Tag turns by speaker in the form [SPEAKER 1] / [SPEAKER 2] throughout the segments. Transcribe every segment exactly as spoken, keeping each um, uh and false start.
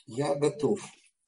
[SPEAKER 1] Я готов.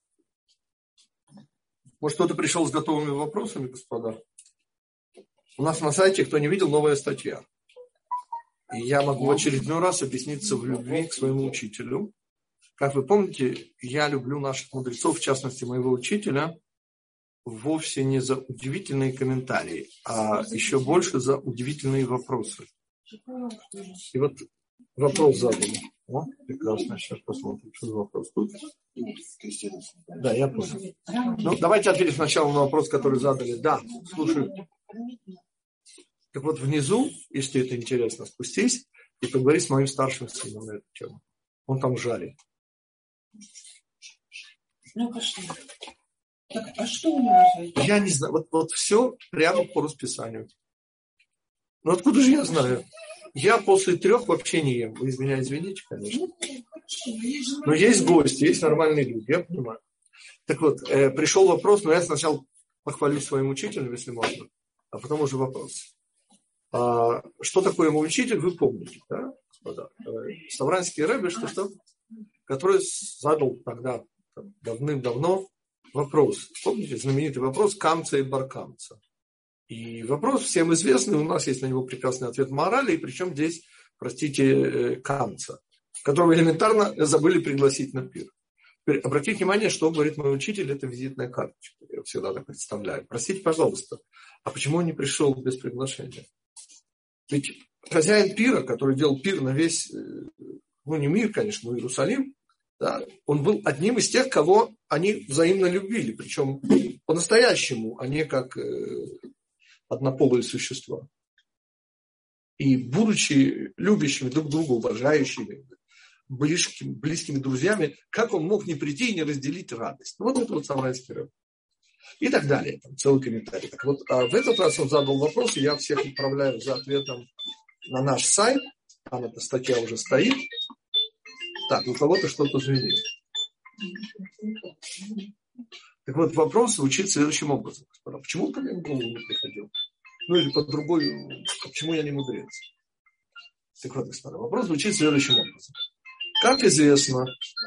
[SPEAKER 1] Может, кто-то пришел с готовыми вопросами, господа? У нас на сайте, кто не видел, новая статья. И я могу в очередной раз объясниться в любви к своему учителю. Как вы помните, я люблю наших мудрецов, в частности, моего учителя, вовсе не за удивительные комментарии, а еще больше за удивительные вопросы. И вот вопрос задан. О, прекрасно, сейчас посмотрим, что за вопрос тут. Да, я понял. Ну, давайте ответим сначала на вопрос, который задали. Да, слушаю. Так вот, внизу, если это интересно, спустись и поговори с моим старшим сыном на эту тему. Он там жарит.
[SPEAKER 2] Ну, пошли. Так, а что у него?
[SPEAKER 1] Я не знаю. Вот, вот все прямо по расписанию. Ну, откуда же я знаю? Я после трех вообще не ем. Вы из меня извините, конечно. Но есть гости, есть нормальные люди, я понимаю. Так вот, э, пришел вопрос, но я сначала похвалюсь своим учителем, если можно, а потом уже вопрос. А, что такое мой учитель, вы помните, да, господа? Савранский Ребе, что, что, который задал тогда, давным-давно, вопрос. Помните, знаменитый вопрос Камца и Баркамца. И вопрос всем известный, у нас есть на него прекрасный ответ морали, и причем здесь, простите, Камца, которого элементарно забыли пригласить на пир. Теперь обратите внимание, что говорит мой учитель, это визитная карточка. Я всегда так представляю. Простите, пожалуйста, а почему он не пришел без приглашения? Ведь хозяин пира, который делал пир на весь, ну не мир, конечно, но Иерусалим, да, он был одним из тех, кого они взаимно любили, причем по-настоящему, а не как однополые существа. И будучи любящими друг друга, уважающими, близкими, близкими друзьями, как он мог не прийти и не разделить радость? Ну, вот это вот Савранский Ребе. И так далее. Там целый комментарий. Так вот, а в этот раз он задал вопрос, и я всех отправляю за ответом на наш сайт. Там эта статья уже стоит. Так, у кого-то что-то звенит. Так вот, вопрос звучит следующим образом. Господа, почему ко мне в голову не приходил? Ну, или по другой, почему я не мудрец? Так вот, господа, вопрос звучит следующим образом. Как известно,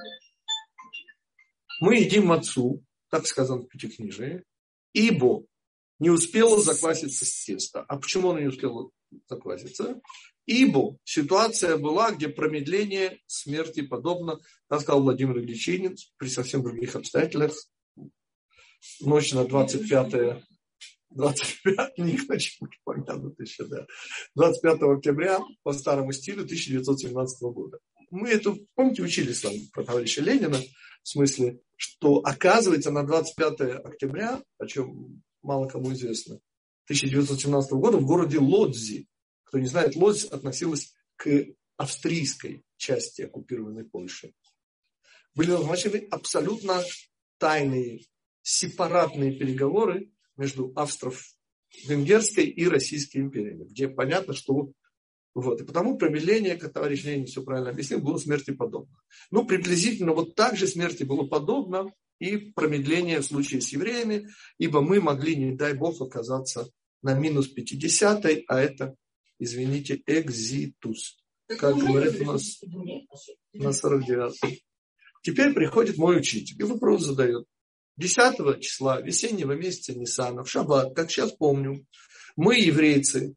[SPEAKER 1] мы едим мацу, так сказано в Пятикнижии, ибо не успела закваситься с теста. А почему она не успела закваситься? Ибо ситуация была, где промедление смерти подобно, так сказал Владимир Ильич Ленин, при совсем других обстоятельствах. Ночь на двадцать пятое, двадцать пятое, не хочу помянуть еще, да, двадцать пятого октября по старому стилю тысяча девятьсот семнадцатого года. Мы это, помните, учили с вами про товарища Ленина, в смысле, что оказывается на двадцать пятое октября, о чем мало кому известно, тысяча девятьсот семнадцатого года в городе Лодзи, кто не знает, Лодзь относилась к австрийской части оккупированной Польши, были назначены абсолютно тайные, сепаратные переговоры между Австро-Венгерской и Российской империями, где понятно, что вот. И потому промедление, как товарищ Ленин все правильно объяснил, было смерти подобно. Ну, приблизительно вот так же смерти было подобно и промедление в случае с евреями, ибо мы могли, не дай бог, оказаться на минус пятидесятой, а это, извините, экзитус. Как говорят у нас на сорок девятом. Теперь приходит мой учитель и вопрос задает. десятого числа весеннего месяца Ниссана, в шаббат, как сейчас помню, мы, еврейцы,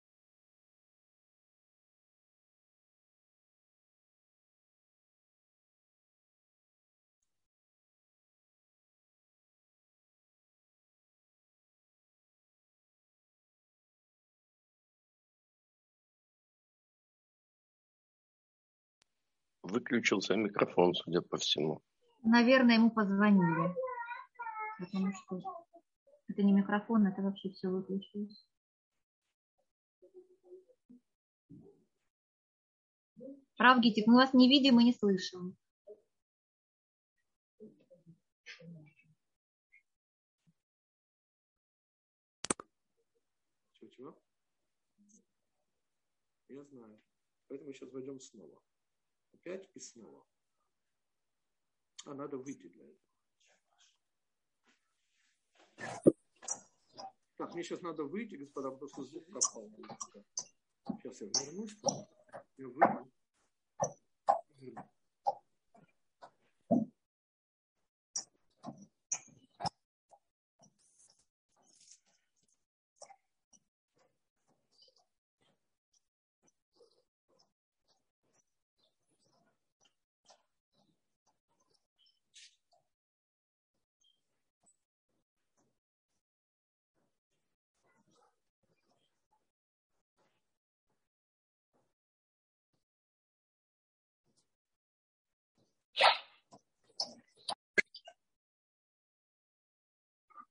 [SPEAKER 3] Выключился микрофон, судя по всему.
[SPEAKER 4] Наверное, ему позвонили. Потому что это не микрофон, это вообще все выключилось. Прав, Гитик, мы вас не видим и не слышим.
[SPEAKER 1] Чего? Я знаю. Поэтому сейчас войдем снова. Опять и снова. А надо выйти для этого. Так, мне сейчас надо выйти, господа, потому что звук пропал. Сейчас я вернусь. Я выйду.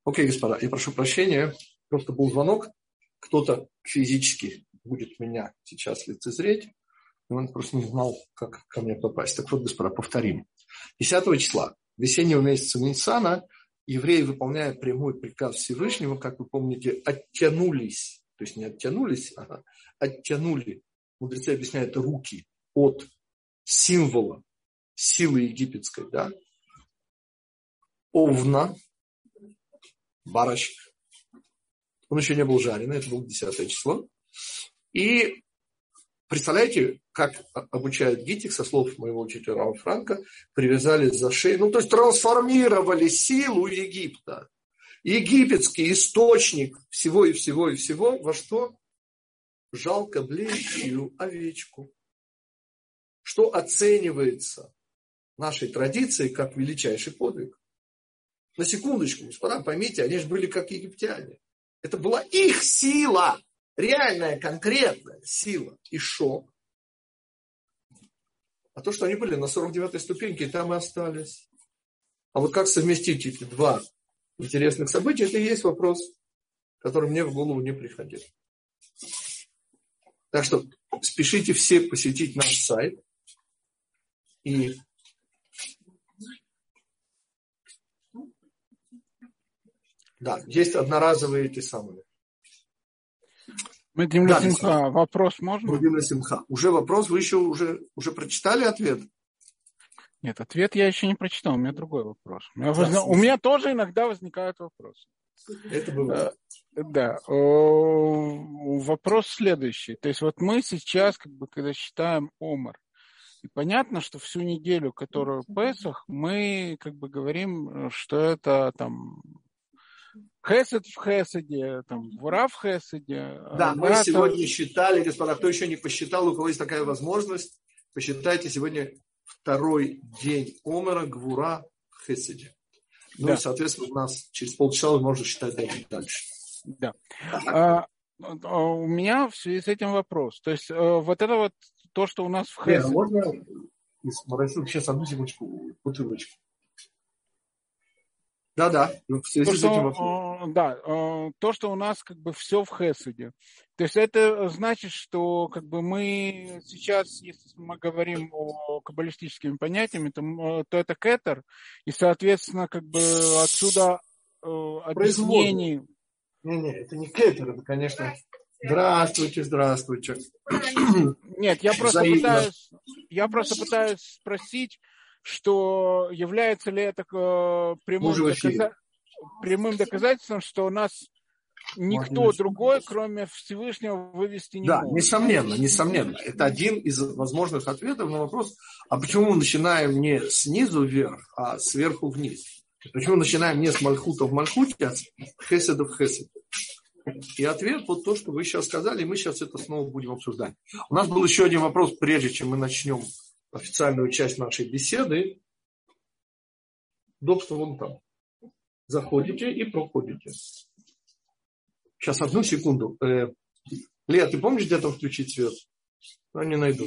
[SPEAKER 1] Окей, господа, я прошу прощения. Просто был звонок. Кто-то физически будет меня сейчас лицезреть. И он просто не знал, как ко мне попасть. Так вот, господа, повторим. десятого числа весеннего месяца Ниссана евреи, выполняя прямой приказ Всевышнего, как вы помните, оттянулись. То есть не оттянулись, а оттянули. Мудрецы объясняют руки от символа силы египетской, да? Овна, барашек. Он еще не был жареный, это было десятое число. И представляете, как обучают гитик, со слов моего учителя Рава Франка, привязали за шею, ну то есть трансформировали силу Египта. Египетский источник всего и всего и всего во что? Жалко блеющую овечку. Что оценивается нашей традицией как величайший подвиг. На секундочку, господа, поймите, они же были как египтяне. Это была их сила, реальная, конкретная сила. И шок. А то, что они были на сорок девятой ступеньке, и там и остались. А вот как совместить эти два интересных события, это и есть вопрос, который мне в голову не приходил. Так что спешите все посетить наш сайт. И да, есть одноразовые эти самые.
[SPEAKER 5] Медим
[SPEAKER 1] да,
[SPEAKER 5] Симха, вопрос можно?
[SPEAKER 1] Медим Симха. Уже вопрос, вы еще уже, уже прочитали ответ?
[SPEAKER 5] Нет, ответ я еще не прочитал, у меня другой вопрос. У меня, возна... у меня тоже иногда возникают вопросы.
[SPEAKER 1] Это бывает.
[SPEAKER 5] Да, вопрос следующий. То есть вот мы сейчас, как бы, когда считаем Омар, и понятно, что всю неделю, которую Песах, мы как бы говорим, что это там Хесед в Хеседе, там Гвура в Хеседе.
[SPEAKER 1] Да, мы
[SPEAKER 5] это...
[SPEAKER 1] сегодня считали, господа, кто еще не посчитал, у кого есть такая возможность, посчитайте сегодня второй день Омара, Гвура в Хеседе. Ну да. И, соответственно, у нас через полчаса можно считать дальше.
[SPEAKER 5] Да. А, а у меня в связи с этим вопрос. То есть вот это вот то, что у нас в Хеседе...
[SPEAKER 1] Нет, можно сейчас одну секундочку, бутылочку. Да-да, в связи
[SPEAKER 5] то,
[SPEAKER 1] с этим вопросом.
[SPEAKER 5] Да, то, что у нас как бы все в Хеседе. То есть это значит, что как бы мы сейчас, если мы говорим о каббалистическими понятиями, то, то это кетер, и, соответственно, как бы отсюда объяснений...
[SPEAKER 1] Не-не, это не кетер, это, конечно... Здравствуйте, здравствуйте.
[SPEAKER 5] Нет, я просто пытаюсь, я просто пытаюсь спросить, что является ли это прямым, доказа... прямым доказательством, что у нас никто Можно другой, кроме Всевышнего, вывести не
[SPEAKER 1] да,
[SPEAKER 5] может. Да,
[SPEAKER 1] несомненно, несомненно. Это один из возможных ответов на вопрос, а почему мы начинаем не снизу вверх, а сверху вниз? Почему мы начинаем не с Мальхута в Мальхуте, а с Хеседа в Хеседе? И ответ вот то, что вы сейчас сказали, и мы сейчас это снова будем обсуждать. У нас был еще один вопрос, прежде чем мы начнем официальную часть нашей беседы. Удобство вон там. Заходите и проходите. Сейчас, одну секунду. Э, Лея, ты помнишь, где там включить свет? Ну, не найду.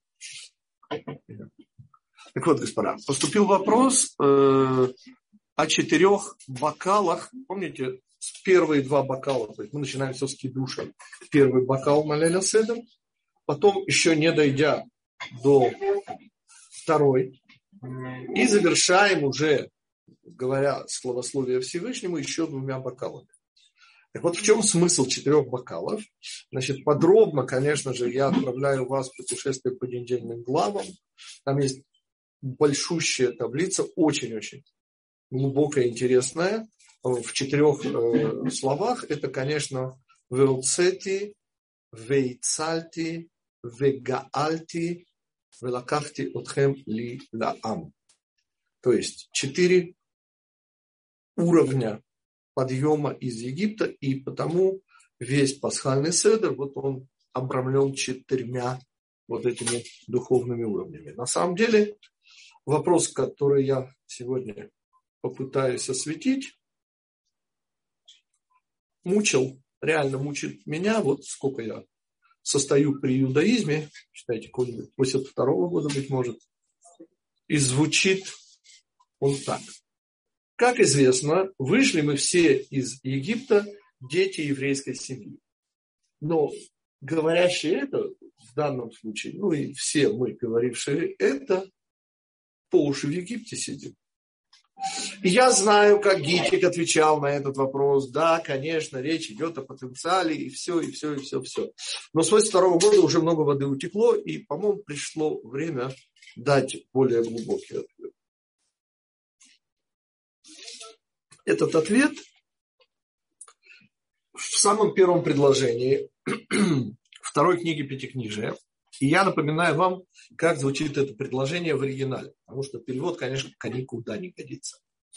[SPEAKER 1] Так вот, господа, поступил вопрос э, о четырех бокалах. Помните, первые два бокала, то есть мы начинаем все с кидуша. Первый бокал на Лейла Седер, потом, еще не дойдя до второй, и завершаем уже, говоря словословие Всевышнему, еще двумя бокалами. Так вот, в чем смысл четырех бокалов? Значит, подробно, конечно же, я отправляю вас в путешествие по недельным главам. Там есть большущая таблица, очень-очень глубокая, интересная. В четырех э, словах это, конечно, «Веоцети», «Вейцальти», «Вегаальти», «Велакахти отхем ли лаам». То есть четыре уровня подъема из Египта, и потому весь пасхальный седер, вот он обрамлен четырьмя вот этими духовными уровнями. На самом деле, вопрос, который я сегодня попытаюсь осветить, мучил, реально мучит меня, вот сколько я состою при иудаизме, считайте, какого-нибудь восемьдесят второго года, быть может, и звучит он так. Как известно, вышли мы все из Египта, дети еврейской семьи. Но говорящие это в данном случае, ну и все мы, говорившие это, по уши в Египте сидим. И я знаю, как Гитик отвечал на этот вопрос. Да, конечно, речь идет о потенциале, и все, и все, и все, все. Но с восемьдесят второго года уже много воды утекло, и, по-моему, пришло время дать более глубокий ответ. Этот ответ в самом первом предложении второй книги Пятикнижия. И я напоминаю вам, как звучит это предложение в оригинале. Потому что перевод, конечно, никуда не годится.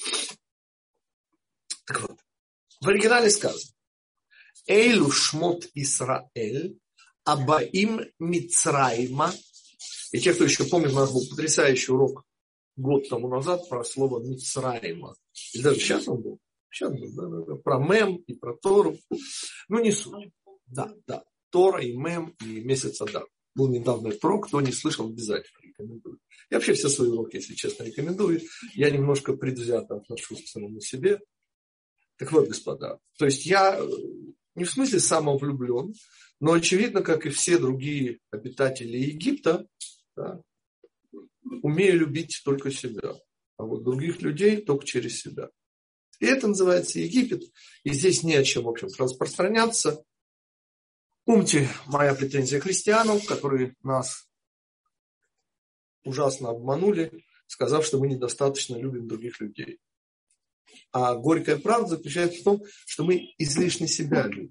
[SPEAKER 1] Так вот, в оригинале сказано: Эйлу шмот Исраэль, Абаим Мицраима. И те, кто еще помнит, у нас был потрясающий урок год тому назад про слово Мицраима. И даже сейчас он был. Сейчас был, да, да, да, про Мем и про Тору. Ну, не суть. Да, да. Тора и Мем и месяц Адар. Был недавно этот урок, кто не слышал, обязательно рекомендую. Я вообще все свои уроки, если честно, рекомендую. Я немножко предвзято отношусь к самому себе. Так вот, господа, то есть я не в смысле самовлюблен, но очевидно, как и все другие обитатели Египта, да, умею любить только себя, а вот других людей только через себя. И это называется Египет, и здесь не о чем, в общем, распространяться. Помните, моя претензия к христианам, которые нас ужасно обманули, сказав, что мы недостаточно любим других людей. А горькая правда заключается в том, что мы излишне себя любим.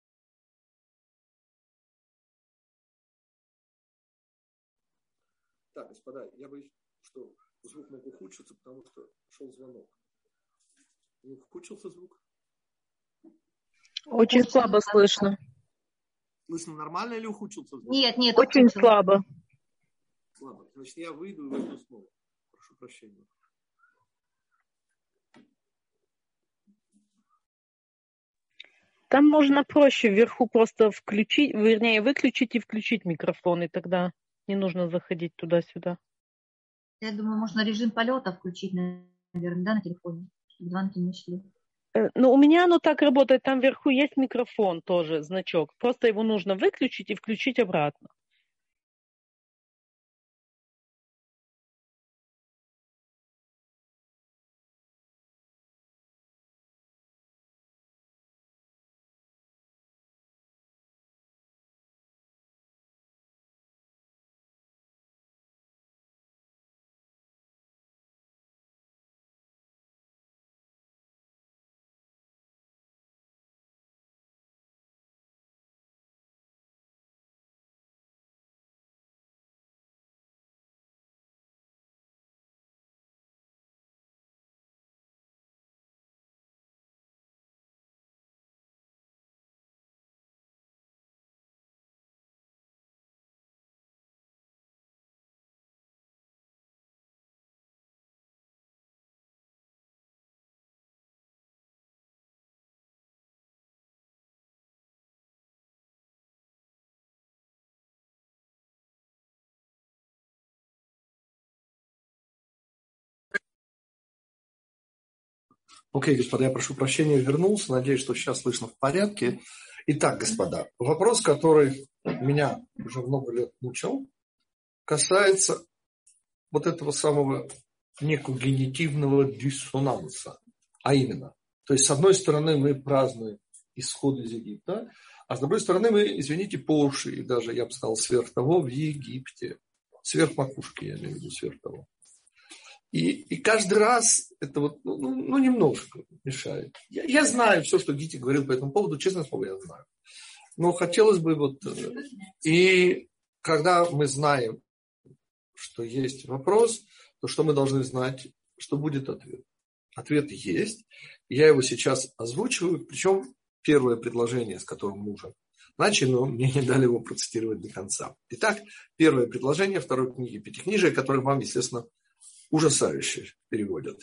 [SPEAKER 1] Так, господа, я боюсь, что звук мог ухудшиться, потому что шел звонок. Не ухудшился звук?
[SPEAKER 6] Очень слабо слышно.
[SPEAKER 1] Слышно нормально или ухудшился звук?
[SPEAKER 4] Нет, нет.
[SPEAKER 6] Очень
[SPEAKER 4] ухудшился.
[SPEAKER 6] слабо.
[SPEAKER 1] Слабо. Значит, я выйду и войду снова. Прошу прощения.
[SPEAKER 6] Там можно проще вверху просто включить, вернее, выключить и включить микрофон, и тогда не нужно заходить туда-сюда.
[SPEAKER 4] Я думаю, можно режим полета включить, наверное, да, на телефоне, чтобы звонки не шли.
[SPEAKER 6] Ну, у меня оно так работает, там вверху есть микрофон тоже, значок. Просто его нужно выключить и включить обратно.
[SPEAKER 1] Окей, господа, я прошу прощения, вернулся. Надеюсь, что сейчас слышно в порядке. Итак, господа, вопрос, который меня уже много лет мучил, касается вот этого самого некогнитивного диссонанса. А именно, то есть, с одной стороны, мы празднуем исход из Египта, а с другой стороны, мы, извините, по уши, и даже, я бы сказал, сверх того, в Египте. Сверх макушки, я имею в виду, сверх того. И, и каждый раз это вот, ну, ну немножко мешает. Я, я знаю все, что Гитик говорил по этому поводу, честно слово, я знаю. Но хотелось бы вот... И когда мы знаем, что есть вопрос, то что мы должны знать, что будет ответ. Ответ есть. Я его сейчас озвучиваю, причем первое предложение, с которым мы уже начали, но мне не дали его процитировать до конца. Итак, первое предложение второй книги Пятикнижия, которое вам, естественно, ужасающе переводят.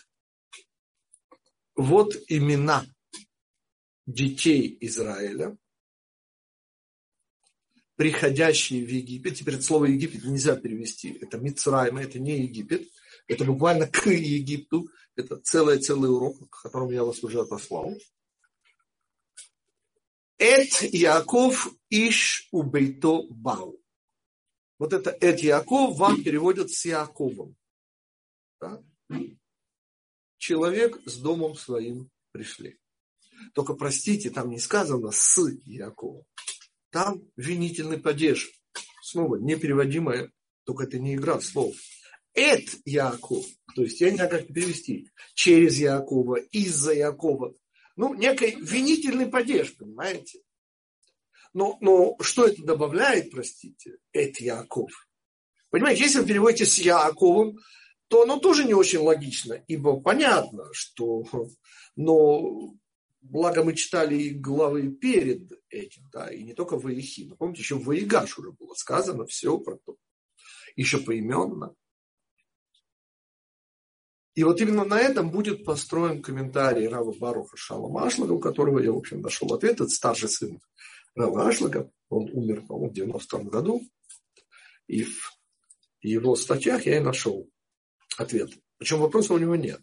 [SPEAKER 1] Вот имена детей Израиля, приходящие в Египет. Теперь это слово Египет нельзя перевести. Это Мицраим, это не Египет. Это буквально к Египту. Это целый-целый урок, к которому я вас уже отослал. Эт Яков иш убейто бау. Вот это Эт Яков вам переводят с Яковом. Да? Человек с домом своим пришли. Только, простите, там не сказано с Яковом. Там винительный падеж. Снова непереводимое, только это не игра слов. Эт Яков. То есть я не знаю, как это перевести. Через Якова, из-за Якова. Ну, некий винительный падеж, понимаете? Но, но что это добавляет, простите? Эт Яков. Понимаете, если вы переводите с Яковом, то оно тоже не очень логично, ибо понятно, что... Но благо мы читали и главы перед этим, да, и не только в Ваихи. Но помните, еще в Ваигаш уже было сказано все про то. Еще поименно. И вот именно на этом будет построен комментарий Рава Баруха Шалома Ашлага, у которого я, в общем, нашел ответ. Это старший сын Рава Ашлага. Он умер, по-моему, в девяносто втором году. И в его статьях я и нашел ответ. Причем вопроса у него нет.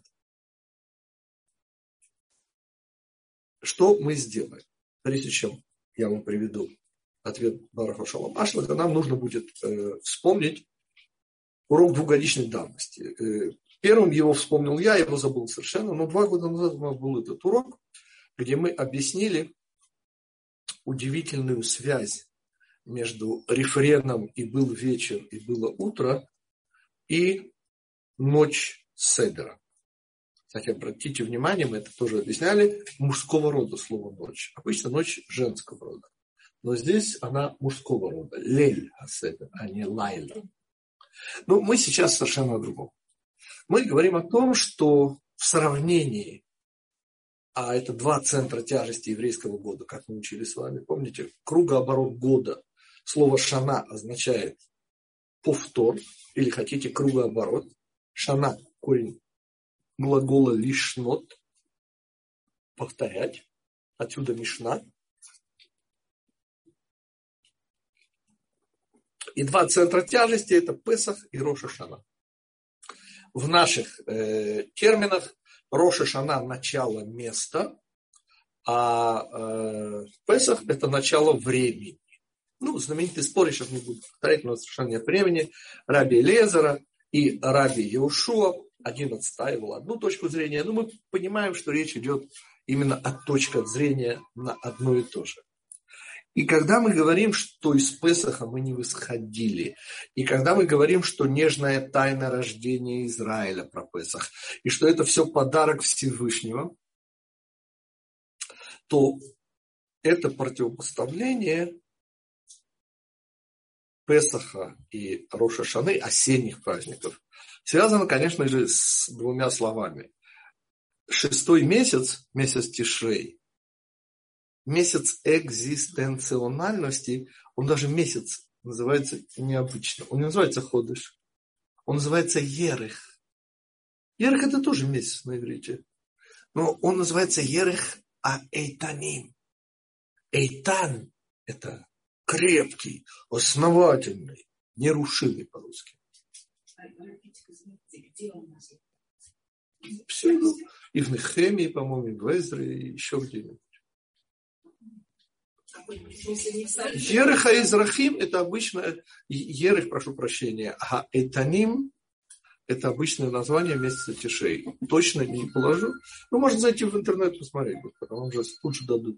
[SPEAKER 1] Что мы сделаем? Прежде чем я вам приведу ответ Баруха Шалома Ашлага, нам нужно будет э, вспомнить урок двухгодичной давности. Э, Первым его вспомнил я, его забыл совершенно, но два года назад у нас был этот урок, где мы объяснили удивительную связь между рефреном «и был вечер, и было утро» и «ночь седера». Кстати, обратите внимание, мы это тоже объясняли, мужского рода слово «ночь». Обычно ночь женского рода. Но здесь она мужского рода. Лель седер, а не лайла. Но мы сейчас совершенно о другом. Мы говорим о том, что в сравнении, а это два центра тяжести еврейского года, как мы учили с вами, помните, кругооборот года, слово шана означает повтор, или хотите кругооборот. Шана, корень глагола лишнот, повторять, отсюда мишна. И два центра тяжести это Песах и Рош ха-Шана. В наших э, терминах Рош ха-Шана – начало места, а э, Песах – это начало времени. Ну, знаменитый спор, я сейчас не буду повторять, но совершенно нет времени. Раби Элиэзера и Раби Йеушуа, один отстаивал одну точку зрения, но мы понимаем, что речь идет именно о точках зрения на одно и то же. И когда мы говорим, что из Песаха мы не восходили, и когда мы говорим, что нежная тайна рождения Израиля про Песах, и что это все подарок Всевышнего, то это противопоставление Песаха и Рош ха-Шаны, осенних праздников, связано, конечно же, с двумя словами. Шестой месяц, месяц Тишрей, месяц экзистенциональности, он даже месяц называется необычно. Он не называется ходыш, он называется Ерех. Ерех это тоже месяц на иврите. Но он называется Ерех а-Эйтаним. Эйтан это крепкий, основательный, нерушимый по-русски. Все, ну, и в Нехемии, по-моему, и в Эзре, и еще где-нибудь. Ерех а-Израхим это обычно, Ерех, прошу прощения, а Этаним это обычное название месяца Тишрей. Точно не положу. Ну, можно зайти в интернет посмотреть, потому что тут же дадут.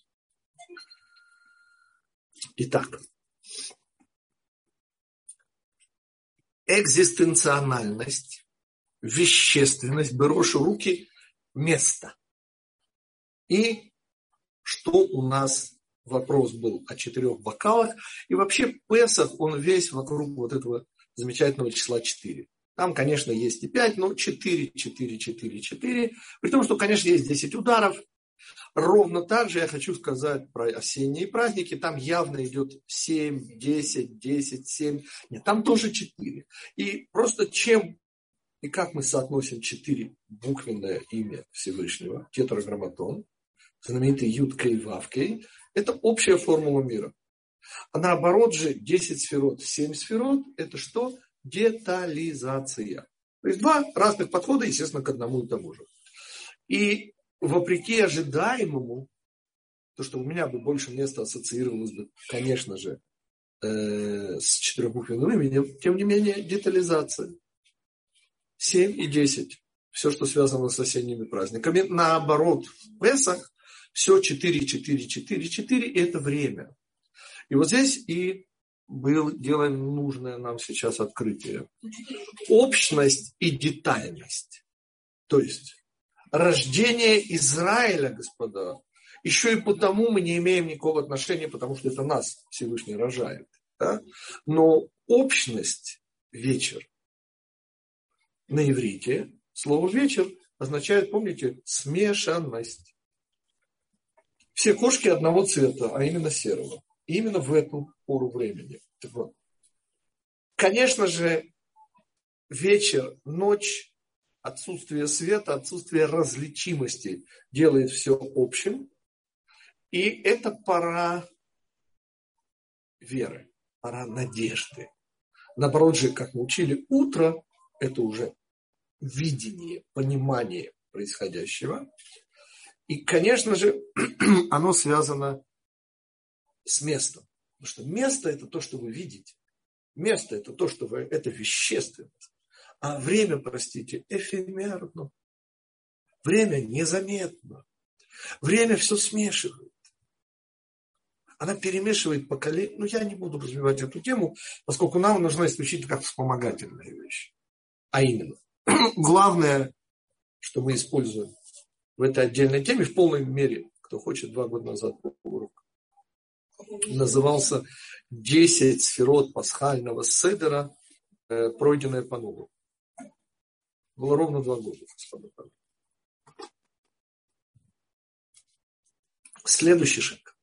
[SPEAKER 1] Итак, экзистенциональность, вещественность, брошу руки, место. И что у нас вопрос был о четырех бокалах. И вообще Песах, он весь вокруг вот этого замечательного числа четыре. Там, конечно, есть и пять, но четыре, четыре, четыре, четыре. При том, что, конечно, есть десять ударов. Ровно так же я хочу сказать про осенние праздники. Там явно идет семь, десять, десять, семь. Нет, там тоже четыре. И просто чем и как мы соотносим четыре буквенное имя Всевышнего, тетраграмматон, знаменитый Юд Кей Вав Кей, это общая формула мира. А наоборот же десять сферот, семь сферот, это что? Детализация. То есть два разных подхода, естественно, к одному и тому же. И вопреки ожидаемому, то, что у меня бы больше места ассоциировалось бы, конечно же, э, с четырехбуквенным именем, тем не менее, детализация. семь и десять. Все, что связано с осенними праздниками. Наоборот, в Песах все четыре, четыре, четыре, четыре, и это время. И вот здесь и был, делаем нужное нам сейчас открытие. Общность и детальность. То есть, рождение Израиля, господа, еще и потому мы не имеем никакого отношения, потому что это нас Всевышний рожает. Да? Но общность, вечер, на иврите слово вечер означает, помните, смешанность. Все кошки одного цвета, а именно серого. И именно в эту пору времени. Так вот. Конечно же, вечер, ночь, отсутствие света, отсутствие различимости делает все общим. И это пора веры, пора надежды. Наоборот же, как мы учили, утро – это уже видение, понимание происходящего. И, конечно же, оно связано с местом. Потому что место – это то, что вы видите. Место – это то, что вы… Это вещественность. А время, простите, эфемерно. Время незаметно. Время все смешивает. Она перемешивает поколение. Ну, я не буду развивать эту тему, поскольку нам нужна исключительно как вспомогательная вещь. А именно, главное, что мы используем в этой отдельной теме, в полной мере, кто хочет, два года назад был урок, назывался «десять сферот пасхального седера, э, пройденное по новому». Было ровно два года, господа. Следующий шаг.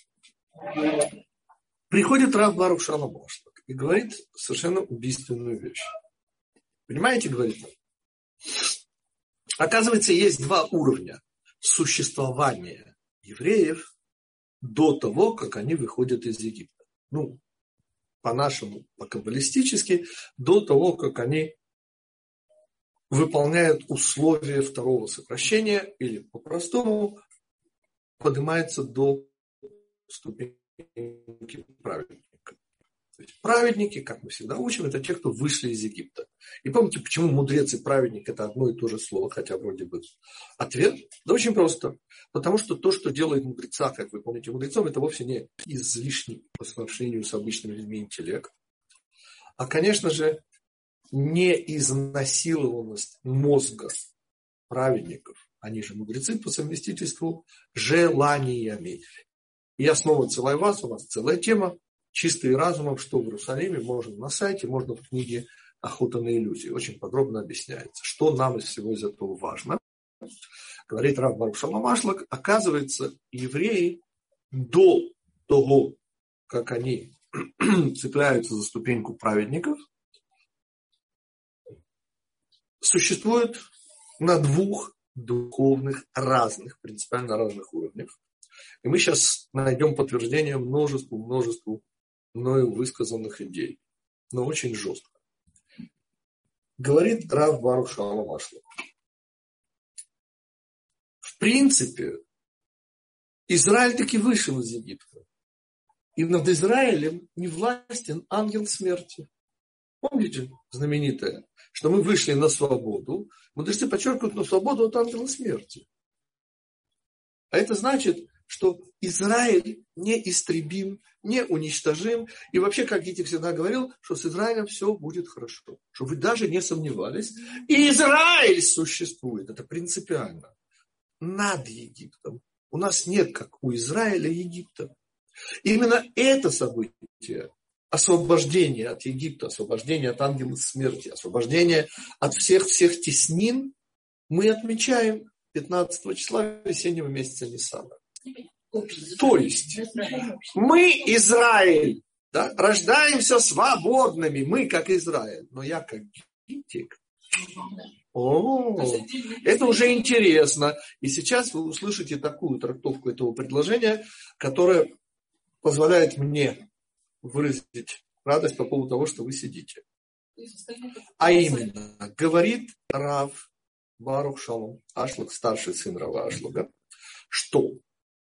[SPEAKER 1] Приходит Рав Барух Шалом Ашлак и говорит совершенно убийственную вещь. Понимаете, говорит он? Оказывается, есть два уровня существования евреев до того, как они выходят из Египта. Ну, по-нашему, по-каббалистически, до того, как они выполняют условия второго сокращения, или по-простому поднимаются до ступеньки праведника. То есть праведники, как мы всегда учим, это те, кто вышли из Египта. И помните, почему мудрец и праведник это одно и то же слово, хотя вроде бы ответ? Да очень просто. Потому что то, что делает мудреца, как вы помните, мудрецом, это вовсе не излишний по сравнению с обычными людьми интеллект, а, конечно же, не изнасилованность мозга праведников, они же мудрецы по совместительству, желаниями. И я снова целую вас, у нас целая тема, чистый разумом, что в Иерусалиме, можно на сайте, можно в книге «Охота на иллюзии». Очень подробно объясняется, что нам из всего из этого важно. Говорит Рав Барух Шалом Ашлак, оказывается, евреи до того, как они цепляются за ступеньку праведников, существуют на двух духовных разных, принципиально разных уровнях. И мы сейчас найдем подтверждение множеству, множеству мною высказанных идей. Но очень жестко. Говорит Рав Барух Шалом Ашлак. В принципе, Израиль таки вышел из Египта. И над Израилем не властен ангел смерти. Помните знаменитое, что мы вышли на свободу. Мудрецы подчеркивают на свободу от ангела смерти. А это значит, что Израиль неистребим, не уничтожим. И вообще, как Гитик всегда говорил, что с Израилем все будет хорошо. Что вы даже не сомневались. И Израиль существует. Это принципиально. Над Египтом. У нас нет, как у Израиля, Египта. Именно это событие, освобождение от Египта, освобождение от ангела смерти, освобождение от всех-всех теснин, мы отмечаем пятнадцатого числа весеннего месяца Ниссана. То есть мы, Израиль, да, рождаемся свободными, мы как Израиль, но я как Гитик. О, это уже интересно. И сейчас вы услышите такую трактовку этого предложения, которая позволяет мне выразить радость по поводу того, что вы сидите. А именно, говорит Рав Барух Шалом Ашлуг, старший сын Рава Ашлуга, что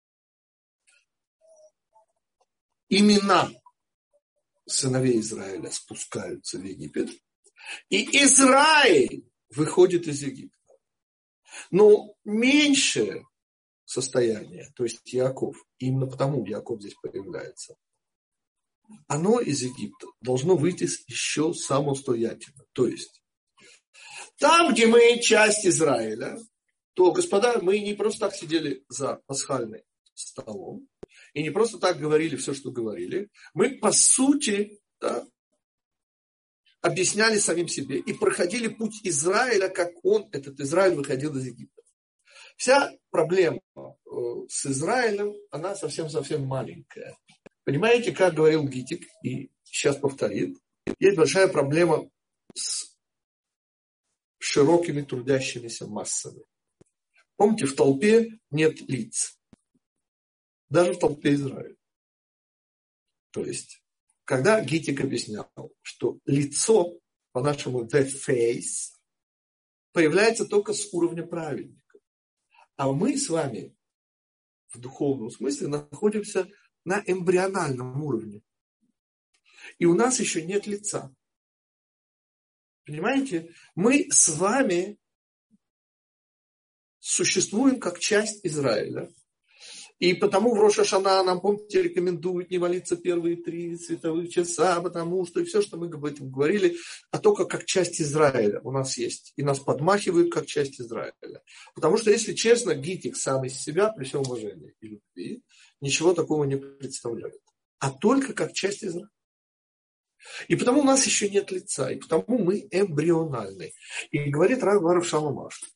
[SPEAKER 1] имена сыновей Израиля спускаются в Египет, и Израиль выходит из Египта. Но меньшее состояние, то есть Иаков, именно потому Иаков здесь появляется, оно из Египта должно выйти еще самостоятельно. То есть, там, где мы часть Израиля, то, господа, мы не просто так сидели за пасхальным столом, и не просто так говорили все, что говорили. Мы, по сути, да, объясняли самим себе и проходили путь Израиля, как он, этот Израиль, выходил из Египта. Вся проблема с Израилем, она совсем-совсем маленькая. Понимаете, как говорил Гитик, и сейчас повторит, есть большая проблема с широкими трудящимися массами. Помните, в толпе нет лиц. Даже в толпе Израиля. То есть, когда Гитик объяснял, что лицо, по-нашему the face, появляется только с уровня праведника. А мы с вами в духовном смысле находимся на эмбриональном уровне. И у нас еще нет лица. Понимаете? Мы с вами существуем как часть Израиля. И потому в Рош ха-Шана нам, помните, рекомендуют не молиться первые три световых часа, потому что и все, что мы об этом говорили, а только как часть Израиля у нас есть. И нас подмахивают как часть Израиля. Потому что, если честно, Гитик сам из себя, при всем уважении и любви, ничего такого не представляет. А только как часть Израиля. И потому у нас еще нет лица, и потому мы эмбриональны. И говорит Рав Барух Шалом Ашлуг,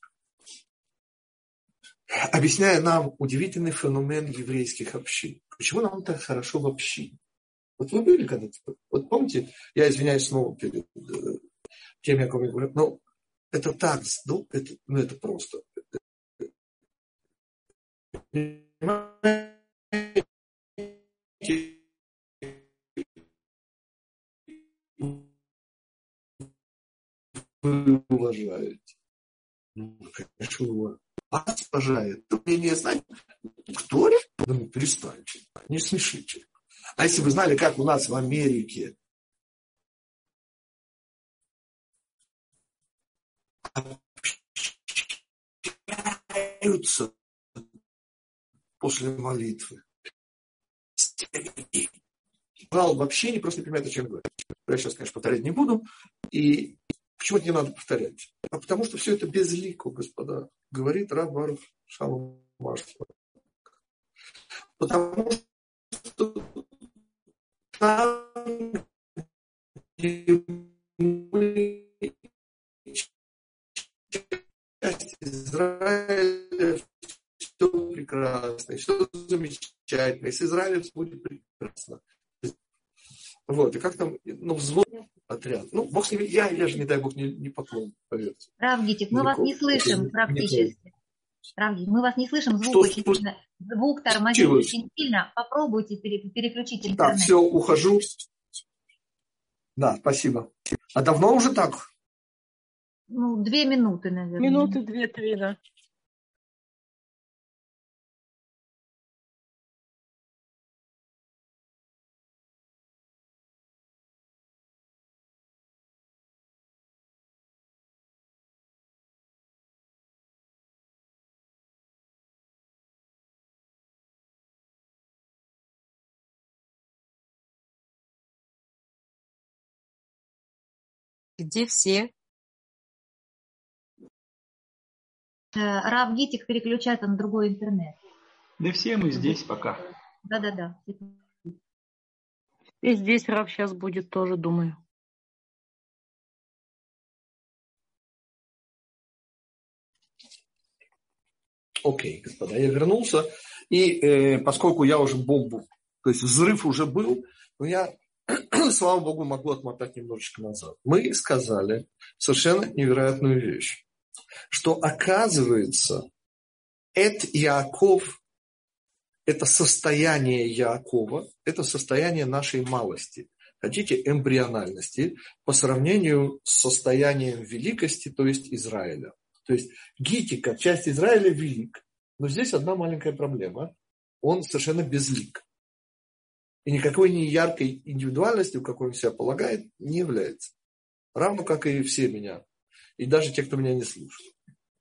[SPEAKER 1] объясняя нам удивительный феномен еврейских общин. Почему нам так хорошо в общине? Вот вы были когда-то? Вот помните, я извиняюсь снова перед э, тем, о ком я говорю, но это так, ну это, ну, это просто. Вы уважаете. Ну, конечно, вы вас уважает. Вы не знаете, кто ли? Ну, перестаньте, не смешите. А если вы знали, как у нас в Америке общаются после молитвы. Брал вообще не просто не понимает, о чем говорит. Я сейчас, конечно, повторять не буду. И почему это не надо повторять? А потому что все это безлико, господа, говорит Рав Барух Шалом Ашлуг. Потому что там, где мы часть Израиля, все прекрасно, все замечательно. И с Израилем будет прекрасно. Вот, и как там, ну, взвод отряд. Ну, Бог с ними, я, я же, не дай Бог, не, не поклон, поверьте.
[SPEAKER 4] Рав Гитик, мы вас не слышим практически. Рав Гитик, мы вас не слышим, звук
[SPEAKER 1] что,
[SPEAKER 4] очень
[SPEAKER 1] что,
[SPEAKER 4] сильно, звук тормозит очень сильно. Попробуйте пере, переключить интернет.
[SPEAKER 1] Так, все, ухожу. Да, спасибо. А давно уже так?
[SPEAKER 4] Ну, две минуты, наверное.
[SPEAKER 6] Минуты две-три, да.
[SPEAKER 7] Где все?
[SPEAKER 4] Рав Гитик переключается на другой интернет.
[SPEAKER 8] Да все мы здесь пока.
[SPEAKER 4] Да-да-да.
[SPEAKER 6] И здесь Рав сейчас будет тоже, думаю.
[SPEAKER 1] Окей, господа, я вернулся. И э, поскольку я уже бомбу, то есть взрыв уже был, но я, слава Богу, могу отмотать немножечко назад. Мы сказали совершенно невероятную вещь, что оказывается, Эт Яаков, это состояние Яакова, это состояние нашей малости. хотите, эмбриональности по сравнению с состоянием великости, то есть Израиля. То есть Гити, как часть Израиля, велик. Но здесь одна маленькая проблема. Он совершенно безлик. И никакой не яркой индивидуальностью, какой он себя полагает, не является. Равно как и все меня. И даже те, кто меня не слушает.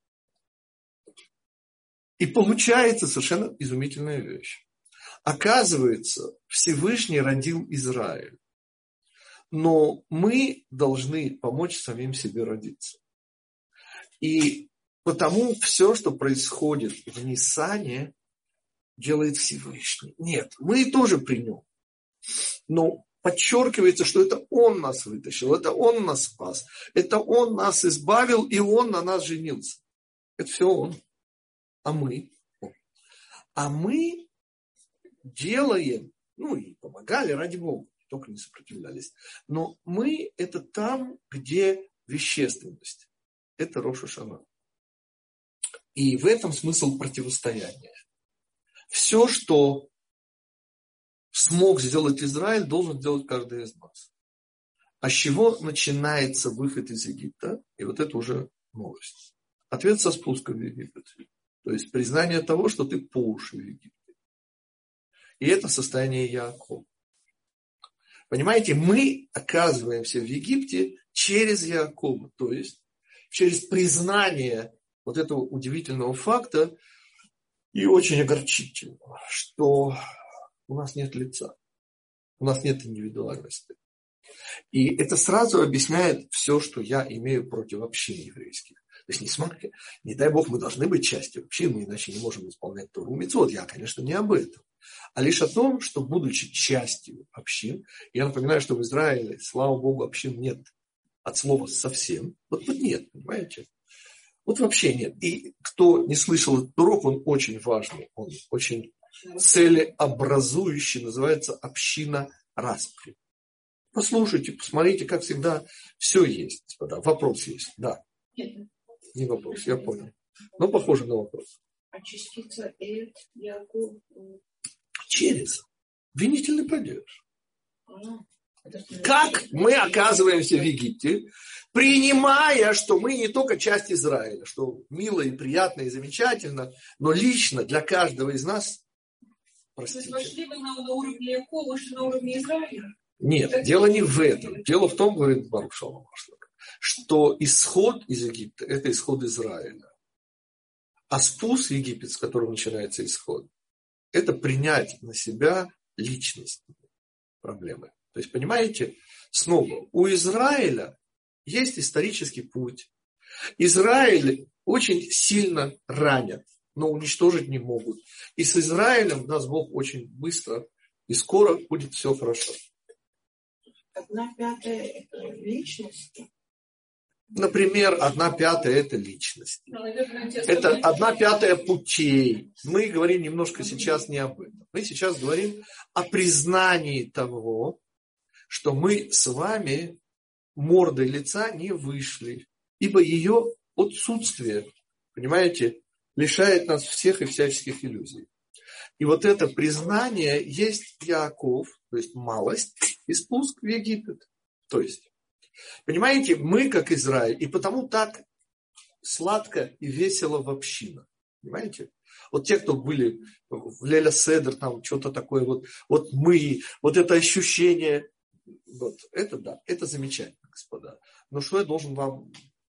[SPEAKER 1] И получается совершенно изумительная вещь. Оказывается, Всевышний родил Израиль. Но мы должны помочь самим себе родиться. И потому все, что происходит в Ниссане, делает Всевышний. Нет, мы тоже при нем. Но подчеркивается, что это Он нас вытащил, это Он нас спас, это Он нас избавил, и Он на нас женился. Это все Он. А мы? А мы делаем, ну и помогали, ради Бога, только не сопротивлялись. Но мы это там, где вещественность. Это Рош ха-Шана. И в этом смысл противостояния. Все, что смог сделать Израиль, должен сделать каждый из нас. А с чего начинается выход из Египта? И вот это уже новость. Ответ со спуска в Египет. То есть признание того, что ты по уши в Египте. И это состояние Яакова. Понимаете, мы оказываемся в Египте через Яакова. То есть через признание вот этого удивительного факта и очень огорчительного, что у нас нет лица, у нас нет индивидуальности. И это сразу объясняет все, что я имею против общин еврейских. То есть, не смотрите, не дай Бог, мы должны быть частью общин, мы иначе не можем исполнять Тору мицвот. Я, конечно, не об этом. А лишь о том, что, будучи частью общин, я напоминаю, что в Израиле, слава Богу, общин нет от слова совсем. Вот, вот нет, понимаете? Вот вообще нет. И кто не слышал этот урок, он очень важный, он очень целеобразующий, называется община распри. Послушайте, посмотрите, как всегда, все есть, господа. Вопрос есть, да.
[SPEAKER 2] Нет.
[SPEAKER 1] Не вопрос, я понял. Но похоже на вопрос.
[SPEAKER 2] А частица Эль, Яков?
[SPEAKER 1] Через винительный падеж.
[SPEAKER 2] А,
[SPEAKER 1] Как мы оказываемся в Египте, принимая, что мы не только часть Израиля, что мило и приятно и замечательно, но лично для каждого из нас, простите.
[SPEAKER 2] То есть вошли вы на, на уровне Якова, что на уровне Израиля?
[SPEAKER 1] Нет, это дело не в этом. Дело в том, говорит Барух Шалом Ашлак, что исход из Египта – это исход Израиля. А спуск в Египет, с которого начинается исход, это принять на себя личность проблемы. То есть, понимаете, снова, у Израиля есть исторический путь. Израиль очень сильно ранят, но уничтожить не могут. И с Израилем даст Бог очень быстро, и скоро будет все хорошо.
[SPEAKER 2] Одна пятая – это личность.
[SPEAKER 1] Например, одна пятая – это личность. Это одна пятая путей. Мы говорим немножко сейчас не об этом. Мы сейчас говорим о признании того, что мы с вами мордой лица не вышли. Ибо ее отсутствие, понимаете, лишает нас всех и всяческих иллюзий. И вот это признание есть Яаков, то есть малость, и спуск в Египет. То есть, понимаете, мы как Израиль, и потому так сладко и весело в общинах. Понимаете? Вот те, кто были в Леля Седер, там что-то такое, вот, вот мы, вот это ощущение, вот это да, это замечательно, господа. Но что я должен вам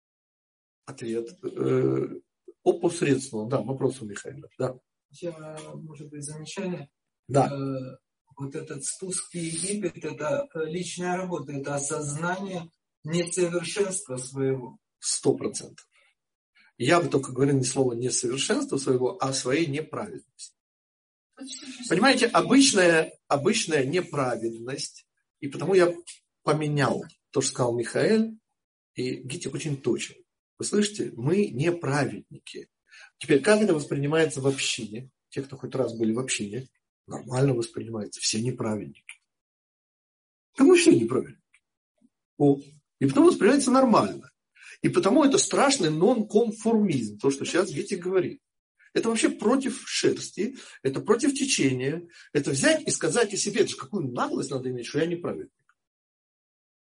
[SPEAKER 1] ответ? Э, опосредственно, да, вопрос у Михаила, да.
[SPEAKER 7] Я, может быть, замечание.
[SPEAKER 1] Да.
[SPEAKER 7] Э, вот этот спуск в Египет, это личная работа, это осознание несовершенства своего.
[SPEAKER 1] Сто процентов. Я бы только говорил не слово несовершенства своего, а своей неправедности. Понимаете, обычная, обычная неправедность, и потому я поменял то, что сказал Михаил, и Гитик очень точен. Вы слышите, мы не праведники. Теперь, как это воспринимается в общине? Те, кто хоть раз были в общине, нормально воспринимается. Все неправедники. Да мы все неправедники. О, и потому воспринимается нормально. И потому это страшный нонконформизм, то, что сейчас Гитик говорит. Это вообще против шерсти, это против течения. Это взять и сказать о себе, это же какую наглость надо иметь, что я неправедник.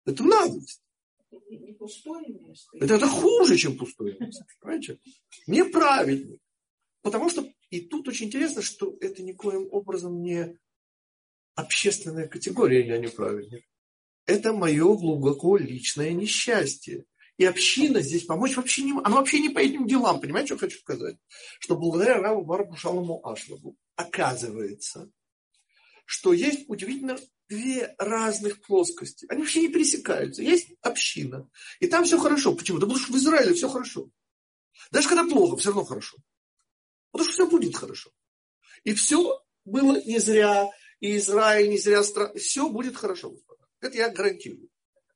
[SPEAKER 1] Это наглость.
[SPEAKER 2] Не пустое место.
[SPEAKER 1] Это, это хуже, чем пустое место. Понимаете? Неправильно. Потому что, и тут очень интересно, что это никоим образом не общественная категория, я неправильный. Это мое глубоко личное несчастье. И община здесь помочь вообще не... Она вообще не по этим делам. Понимаете, что я хочу сказать? Что благодаря Раву Баруху Шалому Ашлагу оказывается, что есть удивительно две разных плоскости. Они вообще не пересекаются. Есть община. И там все хорошо. Почему? Да потому что в Израиле все хорошо. Даже когда плохо, все равно хорошо. Потому что все будет хорошо. И все было не зря. И Израиль не зря. Все будет хорошо, господа. Это я гарантирую.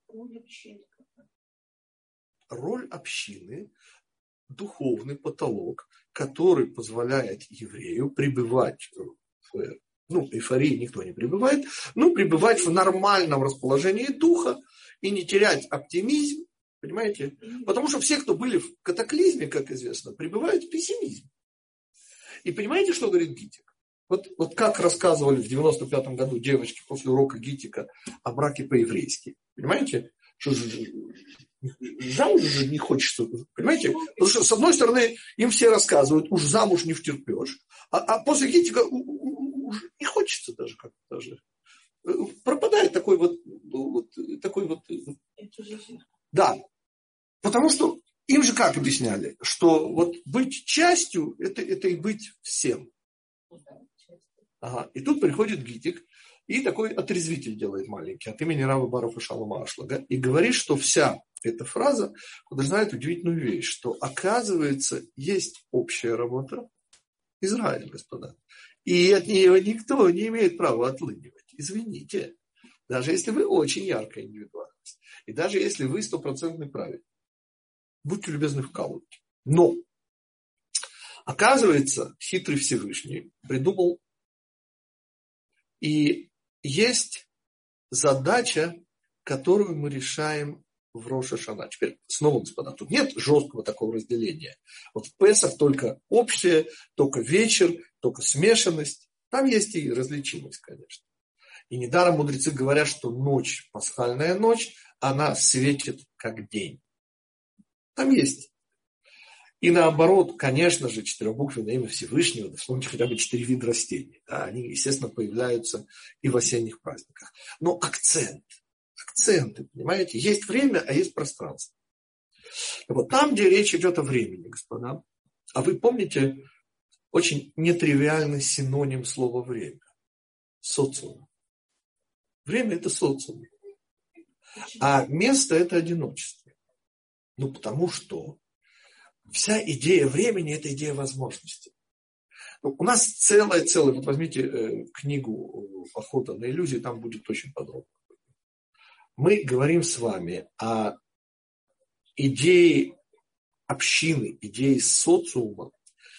[SPEAKER 1] Роль общины – духовный потолок, который позволяет еврею пребывать в, ну, эйфории никто не пребывает, но пребывать в нормальном расположении духа и не терять оптимизм, понимаете? Потому что все, кто были в катаклизме, как известно, пребывают в пессимизме. И понимаете, что говорит Гитик? Вот, вот как рассказывали в девяносто пятом году девочки после урока Гитика о браке по-еврейски. Понимаете? Что же, замуж же не хочется, понимаете? Потому что, с одной стороны, им все рассказывают, уж замуж не втерпешь, а, а после Гитика уж не хочется даже как-то даже. Пропадает такой вот, вот такой вот. Да. Потому что им же как объясняли, что вот быть частью, это, это и быть всем. Ага. И тут приходит Гитик, и такой отрезвитель делает маленький от имени Рава Баруха Шалома Ашлага и говорит, что вся эта фраза подразумевает удивительную вещь, что оказывается есть общая работа Израиля, господа. И от нее никто не имеет права отлынивать. Извините. Даже если вы очень яркая индивидуальность. И даже если вы стопроцентный праведник. Будьте любезны вкалывать. Но оказывается, хитрый Всевышний придумал. И есть задача, которую мы решаем в Рош ха-Шана. Теперь снова, господа, тут нет жесткого такого разделения. Вот в Песах только общее, только вечер, только смешанность. Там есть и различимость, конечно. И недаром мудрецы говорят, что ночь, пасхальная ночь, она светит как день. Там есть. И наоборот, конечно же, четырехбуквенное имя Всевышнего, да, вспомните хотя бы четыре вида растений. Да, они, естественно, появляются и в осенних праздниках. Но акцент, акценты, понимаете, есть время, а есть пространство. Вот там, где речь идет о времени, господа, а вы помните очень нетривиальный синоним слова время? Социум. Время – это социум. А место – это одиночество. Ну, потому что вся идея времени – это идея возможности. Ну, у нас целая-целая, вот возьмите э, книгу «Охота на иллюзии», там будет очень подробно. Мы говорим с вами о идее общины, идее социума.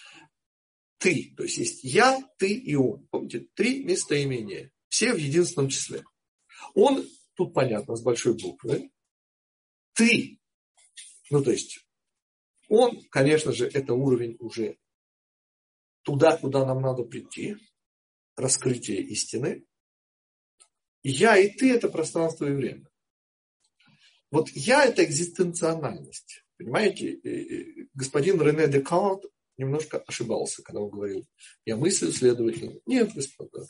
[SPEAKER 1] Ты, то есть есть я, ты и он. Помните, три местоимения, все в единственном числе. Он, тут понятно, с большой буквы. Ты, ну то есть он, конечно же, это уровень уже туда, куда нам надо прийти, раскрытие истины. Я и ты – это пространство и время. Вот я – это экзистенциональность. Понимаете, господин Рене Декарт немножко ошибался, когда он говорил, я мыслю, следовательно. Нет, господа.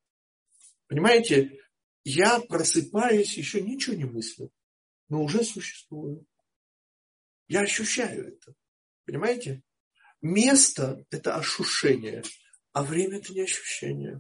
[SPEAKER 1] Понимаете, я просыпаюсь, еще ничего не мыслю, но уже существую. Я ощущаю это. Понимаете? Место – это ощущение, а время – это не ощущение.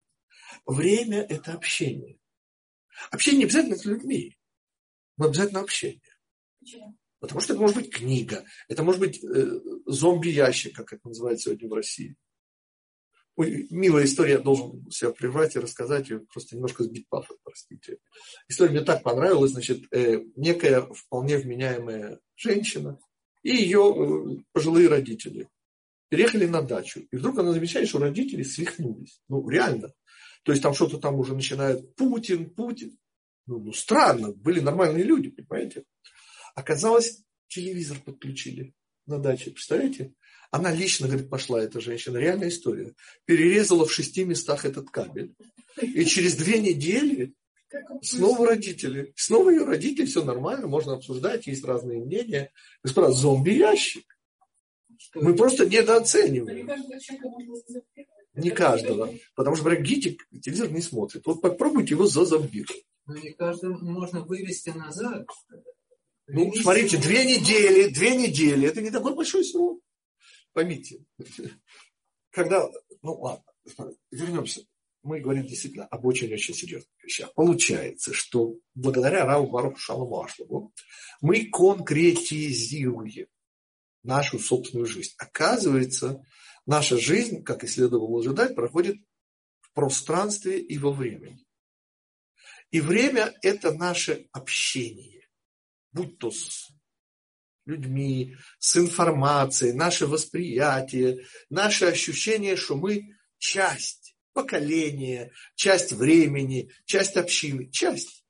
[SPEAKER 1] Время – это общение. Общение не обязательно с людьми, но обязательно общение. Почему? Потому что это может быть книга, это может быть э, зомби-ящик, как это называют сегодня в России. Ой, милая история, я должен себя прервать и рассказать ее, просто немножко сбить пафос, простите. История мне так понравилась, значит, э, некая вполне вменяемая женщина и ее э, пожилые родители переехали на дачу. И вдруг она замечает, что родители свихнулись. Ну, реально. То есть там что-то там уже начинают Путин, Путин. Ну, ну, странно, были нормальные люди, понимаете. Оказалось, телевизор подключили на даче, представляете? Она лично, говорит, пошла, эта женщина, реальная история. Перерезала в шести местах этот кабель. И через две недели Снова родители. Снова ее родители, все нормально, можно обсуждать, есть разные мнения. Господа, зомби-ящик. Мы просто недооцениваем. Не каждого. Потому что, например, Гитик телевизор не смотрит. Вот попробуйте его зазомбировать.
[SPEAKER 7] Но не каждого можно вывести назад.
[SPEAKER 1] Ну, вывести смотрите, назад. две недели, две недели, это не такой большой срок. Поймите. Когда, ну ладно, вернемся. Мы говорим действительно об очень-очень серьезных вещах. Получается, что благодаря Раву Баруху Шалому Ашлову мы конкретизируем нашу собственную жизнь. Оказывается, наша жизнь, как и следовало ожидать, проходит в пространстве и во времени. И время – это наше общение. Будь то с людьми, с информацией, наше восприятие, наше ощущение, что мы часть поколения, часть времени, часть общины, часть.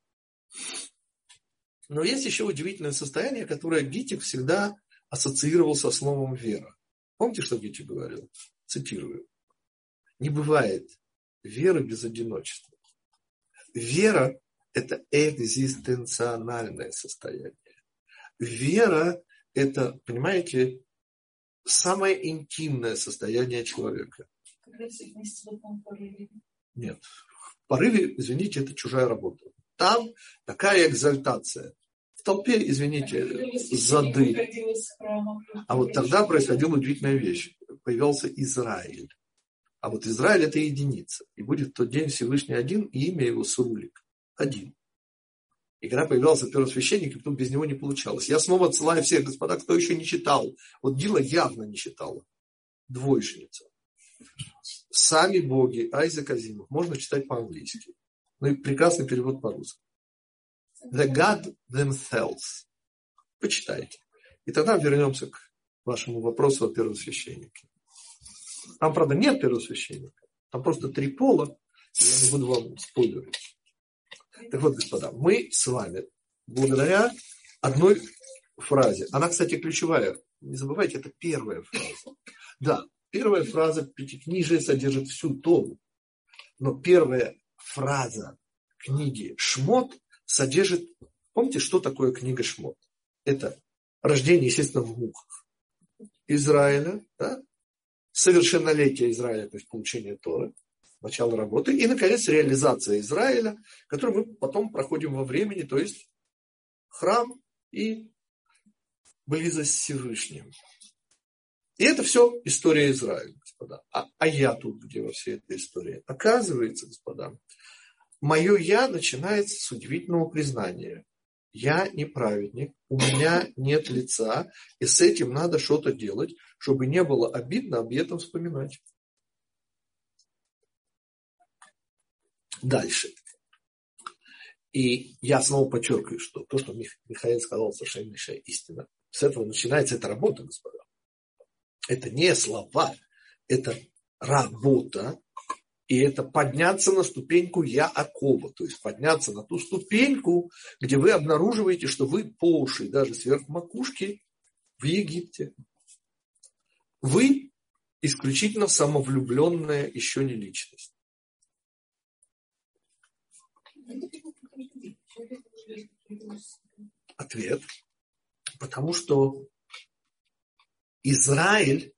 [SPEAKER 1] Но есть еще удивительное состояние, которое Гитик всегда ассоциировал со словом «вера». Помните, что Гитик говорил? Цитирую. Не бывает веры без одиночества. Вера – это экзистенциональное состояние. Вера – это, понимаете, самое интимное состояние человека. Нет. В порыве, извините, это чужая работа. Там такая экзальтация. В толпе, извините, зады. А вот тогда происходила удивительная вещь. Появился Израиль. А вот Израиль – это единица. И будет в тот день Всевышний один, и имя его Срулик. Один. И когда появлялся первосвященник, и потом без него не получалось. Я снова отсылаю всех, господа, кто еще не читал. Вот Дила явно не читала. Двоечница. Сами боги, Айзек Азимов. Можно читать по-английски. Ну и прекрасный перевод по-русски. The God themselves. Почитайте. И тогда вернемся к вашему вопросу о первосвященнике. Там, правда, нет первосвященника. Там просто три пола. Я не буду вам спойлерить. Так вот, господа, мы с вами, благодаря одной фразе, она, кстати, ключевая, не забывайте, это первая фраза. Да, первая фраза Пятикнижия содержит всю Тору, но первая фраза книги Шмот содержит, помните, что такое книга Шмот? Это рождение, естественно, в муках Израиля, да? Совершеннолетие Израиля, то есть получение Торы, начало работы, и, наконец, реализация Израиля, которую мы потом проходим во времени, то есть храм и близость с Всевышним. И это все история Израиля, господа. А, а я тут где во всей этой истории? Оказывается, господа, мое «я» начинается с удивительного признания. Я не праведник, у меня нет лица, и с этим надо что-то делать, чтобы не было обидно об этом вспоминать. Дальше. И я снова подчеркиваю, что то, что Михаил сказал, совершеннейшая истина. С этого начинается эта работа, господа. Это не слова, это работа. И это подняться на ступеньку Яакова. То есть подняться на ту ступеньку, где вы обнаруживаете, что вы по уши, даже сверх макушки, в Египте. Вы исключительно самовлюбленная еще не личность. Ответ. Потому что Израиль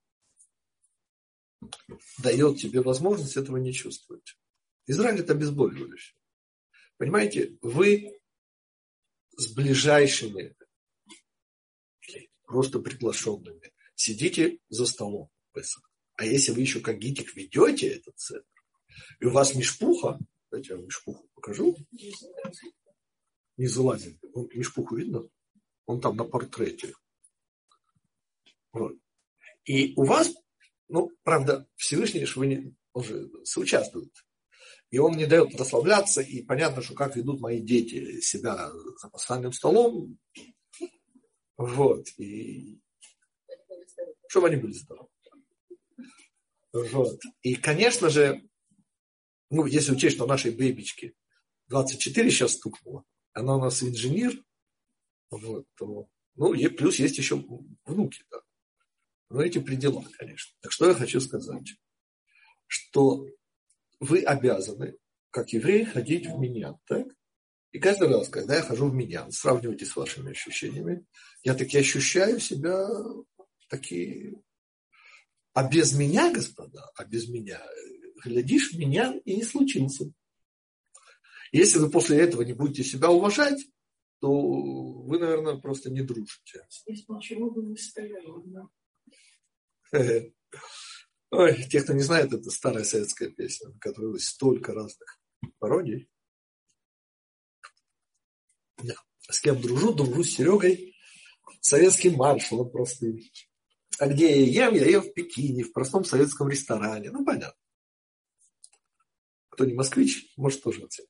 [SPEAKER 1] дает тебе возможность этого не чувствовать. Израиль – это обезболивающее. Понимаете, вы с ближайшими, просто приглашенными, сидите за столом. А если вы еще как Гитик ведете этот центр, и у вас мишпуха, давайте я вам мишпуху покажу. Не залазит. Он, мишпуху видно? Он там на портрете. Вот. И у вас, ну, правда, Всевышний, что вы не, он же соучаствует. И он не дает расслабляться. И понятно, что как ведут мои дети себя за пасхальным столом. Вот. И чтобы они были здоровы. Вот. И, конечно же, ну, если учесть, что нашей бэбичке двадцать четыре сейчас стукнуло, она у нас инженер, вот, то, ну, и плюс есть еще внуки, да. Но эти предела, конечно. Так что я хочу сказать, что вы обязаны, как евреи, ходить в миньян, так? И каждый раз, когда я хожу в миньян, сравнивайте с вашими ощущениями, я таки ощущаю себя такие... А без меня, господа, а без меня, глядишь, миньян и не случился. Если вы после этого не будете себя уважать, то вы, наверное, просто не дружите.
[SPEAKER 2] Здесь почему бы не стояли?
[SPEAKER 1] Ой, те, кто не знает, это старая советская песня, в которой столько разных пародий. Да. С кем дружу? Дружу с Серегой, советским маршалом простым. А где я ем? Я ем в Пекине, в простом советском ресторане. Ну, понятно. Кто не москвич, может тоже оценить.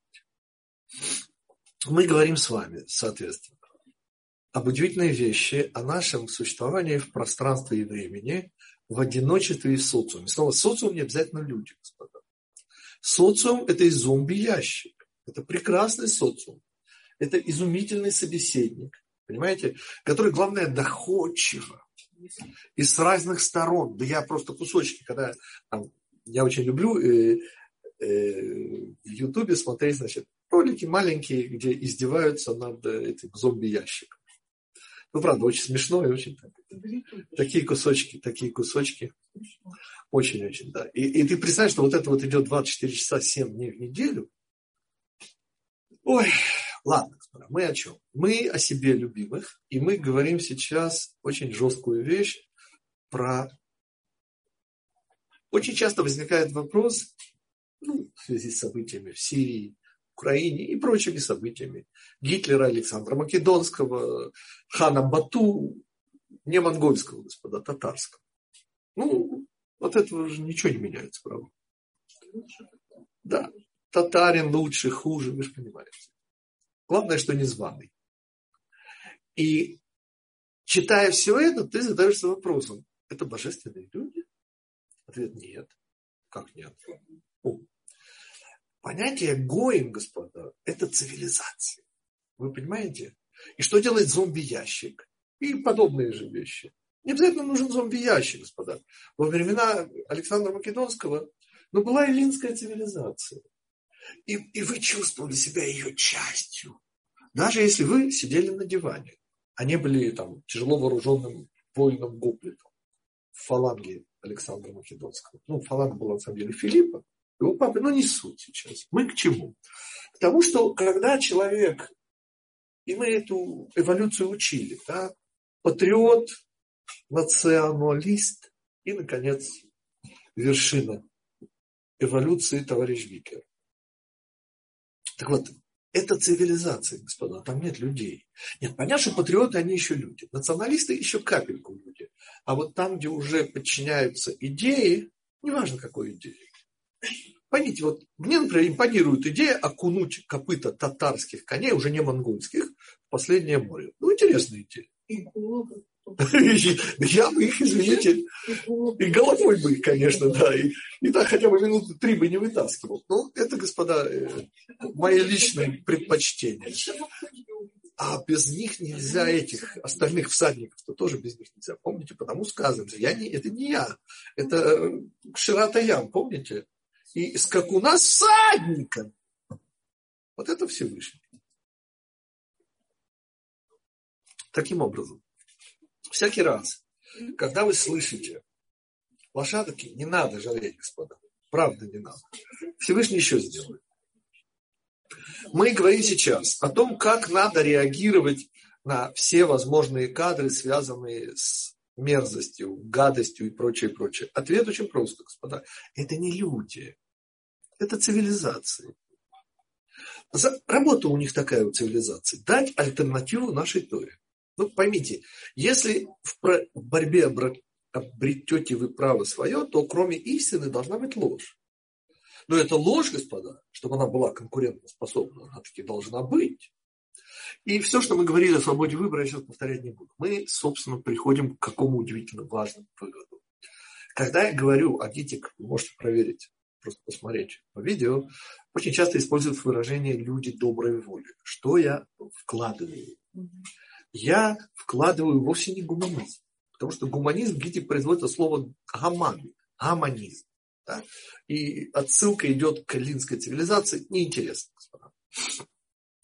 [SPEAKER 1] Мы говорим с вами, соответственно, об удивительной вещи, о нашем существовании в пространстве и времени, в одиночестве и в социуме. Снова, социум не обязательно люди, господа. Социум – это и зомби-ящик. Это прекрасный социум. Это изумительный собеседник, понимаете, который, главное, доходчиво. И с разных сторон. Да я просто кусочки, когда там, я очень люблю э, э, в Ютубе смотреть, значит, ролики маленькие, где издеваются над этим зомби-ящиком. Ну, правда, очень смешно и очень так. Такие кусочки, такие кусочки. Очень-очень, да. И, и ты представляешь, что вот это вот идет двадцать четыре часа семь дней в неделю. Ой, ладно, мы о чем? Мы о себе любимых, и мы говорим сейчас очень жесткую вещь про... Очень часто возникает вопрос, ну, в связи с событиями в Сирии, Украине и прочими событиями. Гитлера, Александра Македонского, хана Бату, не монгольского, господа, татарского. Ну, от этого же ничего не меняется, правда? Да, татарин лучше, хуже, вы же понимаете. Главное, что не званый. И читая все это, ты задаешься вопросом, это божественные люди? Ответ нет. Как нет? О. Понятие гоим, господа, это цивилизация. Вы понимаете? И что делает зомби-ящик? И подобные же вещи. Не обязательно нужен зомби-ящик, господа. Во времена Александра Македонского, ну, была эллинская цивилизация. И, и вы чувствовали себя ее частью. Даже если вы сидели на диване, а не были там тяжело вооруженным воином-гоблетом в фаланге Александра Македонского. Ну, фаланга была на самом деле Филиппа. Его папы, но не суть сейчас. Мы к чему? К тому, что когда человек, и мы эту эволюцию учили, да, патриот, националист и, наконец, вершина эволюции товарищ Викер. Так вот, это цивилизация, господа, там нет людей. Нет, понятно, что патриоты, они еще люди. Националисты еще капельку люди. А вот там, где уже подчиняются идеи, неважно какой идеи. Поймите, вот мне, например, импонирует идея окунуть копыта татарских коней, уже не монгольских, в последнее море. Ну, интересная идея. Я бы их, извините, и головой бы их, конечно, да, и, и так хотя бы минуты три бы не вытаскивал. Ну, это, господа, мои личные предпочтения. А без них нельзя этих остальных всадников, то тоже без них нельзя. Помните, потому сказано, я не, это не я, это Ширатаян, помните? И скакуна всадника. Вот это Всевышний. Таким образом, всякий раз, когда вы слышите лошадки, не надо жалеть, господа. Правда, не надо. Всевышний еще сделает. Мы говорим сейчас о том, как надо реагировать на все возможные кадры, связанные с мерзостью, гадостью и прочее, прочее. Ответ очень прост, господа. Это не люди. Это цивилизации. Работа у них такая у цивилизации. Дать альтернативу нашей Торе. Ну, поймите, если в борьбе обретете вы право свое, то кроме истины должна быть ложь. Но эта ложь, господа, чтобы она была конкурентоспособна, она таки должна быть. И все, что мы говорили о свободе выбора, я сейчас повторять не буду. Мы, собственно, приходим к какому удивительно важному выводу. Когда я говорю о гитик, вы можете проверить, просто посмотреть по видео, очень часто используют выражение «люди доброй воли». Что я вкладываю? Я вкладываю вовсе не гуманизм. Потому что гуманизм, гитик производит от слова гаман, гаманизм. Да? И отсылка идет к эллинской цивилизации. Неинтересно, господа.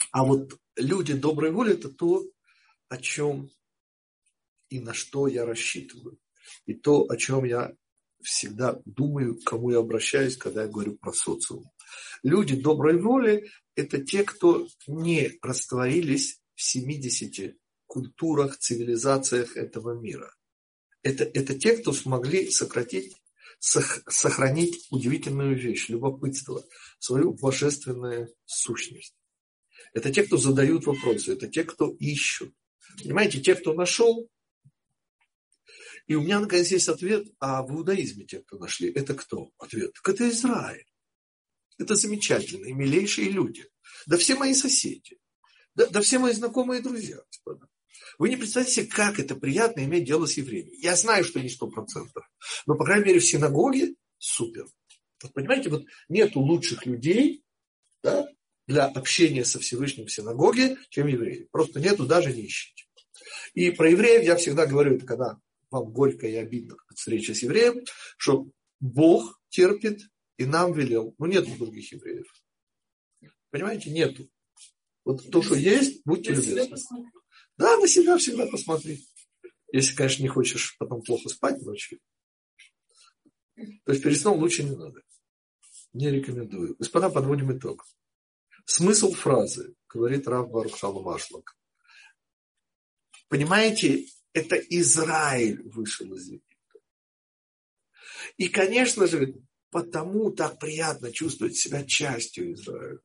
[SPEAKER 1] А вот люди доброй воли – это то, о чем и на что я рассчитываю. И то, о чем я всегда думаю, к кому я обращаюсь, когда я говорю про социум. Люди доброй воли – это те, кто не растворились в семидесяти культурах, цивилизациях этого мира. Это, это те, кто смогли сократить, сох, сохранить удивительную вещь, любопытство, свою божественную сущность. Это те, кто задают вопросы, это те, кто ищут. Понимаете, те, кто нашел. И у меня, наконец, есть ответ, а в иудаизме те, кто нашли, это кто? Ответ. Так это Израиль. Это замечательные, милейшие люди. Да все мои соседи. Да, да все мои знакомые друзья, господа. Вы не представляете, как это приятно иметь дело с евреями. Я знаю, что не сто процентов. Но, по крайней мере, в синагоге супер. Вот понимаете, вот нету лучших людей, да, для общения со Всевышним в синагоге, чем евреи. Просто нету, даже не ищите. И про евреев я всегда говорю, это когда вам горько и обидно от встречи с евреем, что Бог терпит и нам велел. Но нету других евреев. Понимаете, нету. Вот то, что есть, будьте любезны. Да, на себя всегда посмотри. Если, конечно, не хочешь потом плохо спать ночью. То есть перед сном лучше не надо. Не рекомендую. Господа, подводим итог. Смысл фразы, говорит Рав Барух Шалом Ашлак. Понимаете, это Израиль вышел из Египта. И, конечно же, потому так приятно чувствовать себя частью Израиля.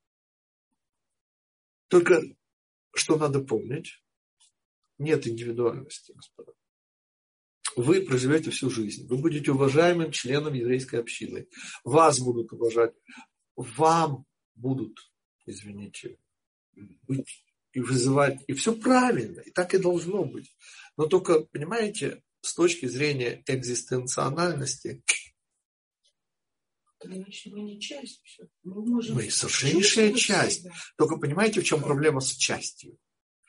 [SPEAKER 1] Только что надо помнить, нет индивидуальности, господа. Вы проживете всю жизнь, вы будете уважаемым членом еврейской общины, вас будут уважать, вам будут, извините, быть и вызывать, и все правильно, и так и должно быть. Но только, понимаете, с точки зрения экзистенциональности,
[SPEAKER 2] мы не часть, все. Мы, можем
[SPEAKER 1] мы совершеннейшая часть. Себя. Только понимаете, в чем проблема с частью?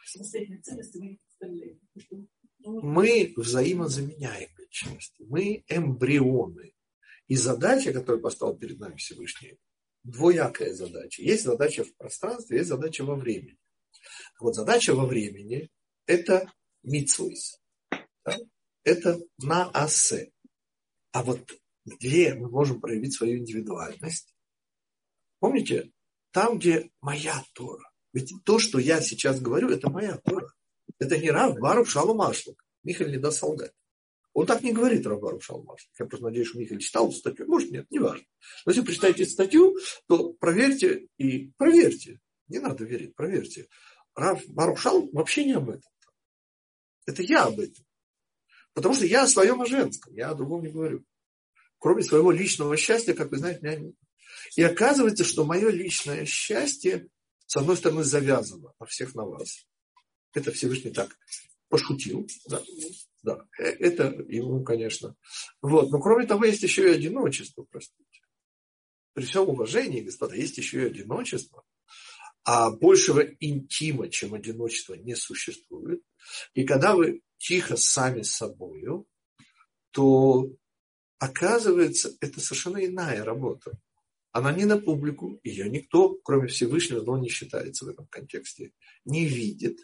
[SPEAKER 1] Мы взаимозаменяемые части. Мы эмбрионы. И задача, которую поставил перед нами Всевышний, двоякая задача. Есть задача в пространстве, есть задача во времени. Вот задача во времени – это мицвос. Да? Это наасе. А вот где мы можем проявить свою индивидуальность? Помните, там, где моя Тора. Ведь то, что я сейчас говорю, это моя Тора. Это не Рав Барух Шалом Ашлак. Михаил не даст солгать. Он так не говорит, Рав Барух Шалом Ашлак. Я просто надеюсь, что Михаил читал эту статью. Может, нет, неважно. Но если вы прочитаете эту статью, то проверьте и проверьте. Не надо верить, проверьте. Рав Барух Шалом вообще не об этом. Это я об этом. Потому что я о своем, о женском. Я о другом не говорю. Кроме своего личного счастья, как вы знаете, меня нет. И оказывается, что мое личное счастье, с одной стороны, завязано на всех на вас. Это Всевышний так пошутил. Да, да. Это ему, конечно. Вот. Но кроме того, есть еще и одиночество, простите. При всем уважении, господа, есть еще и одиночество. А большего интима, чем одиночество, не существует. И когда вы тихо сами с собою, то оказывается, это совершенно иная работа. Она не на публику, ее никто, кроме Всевышнего, но он не считается в этом контексте, не видит.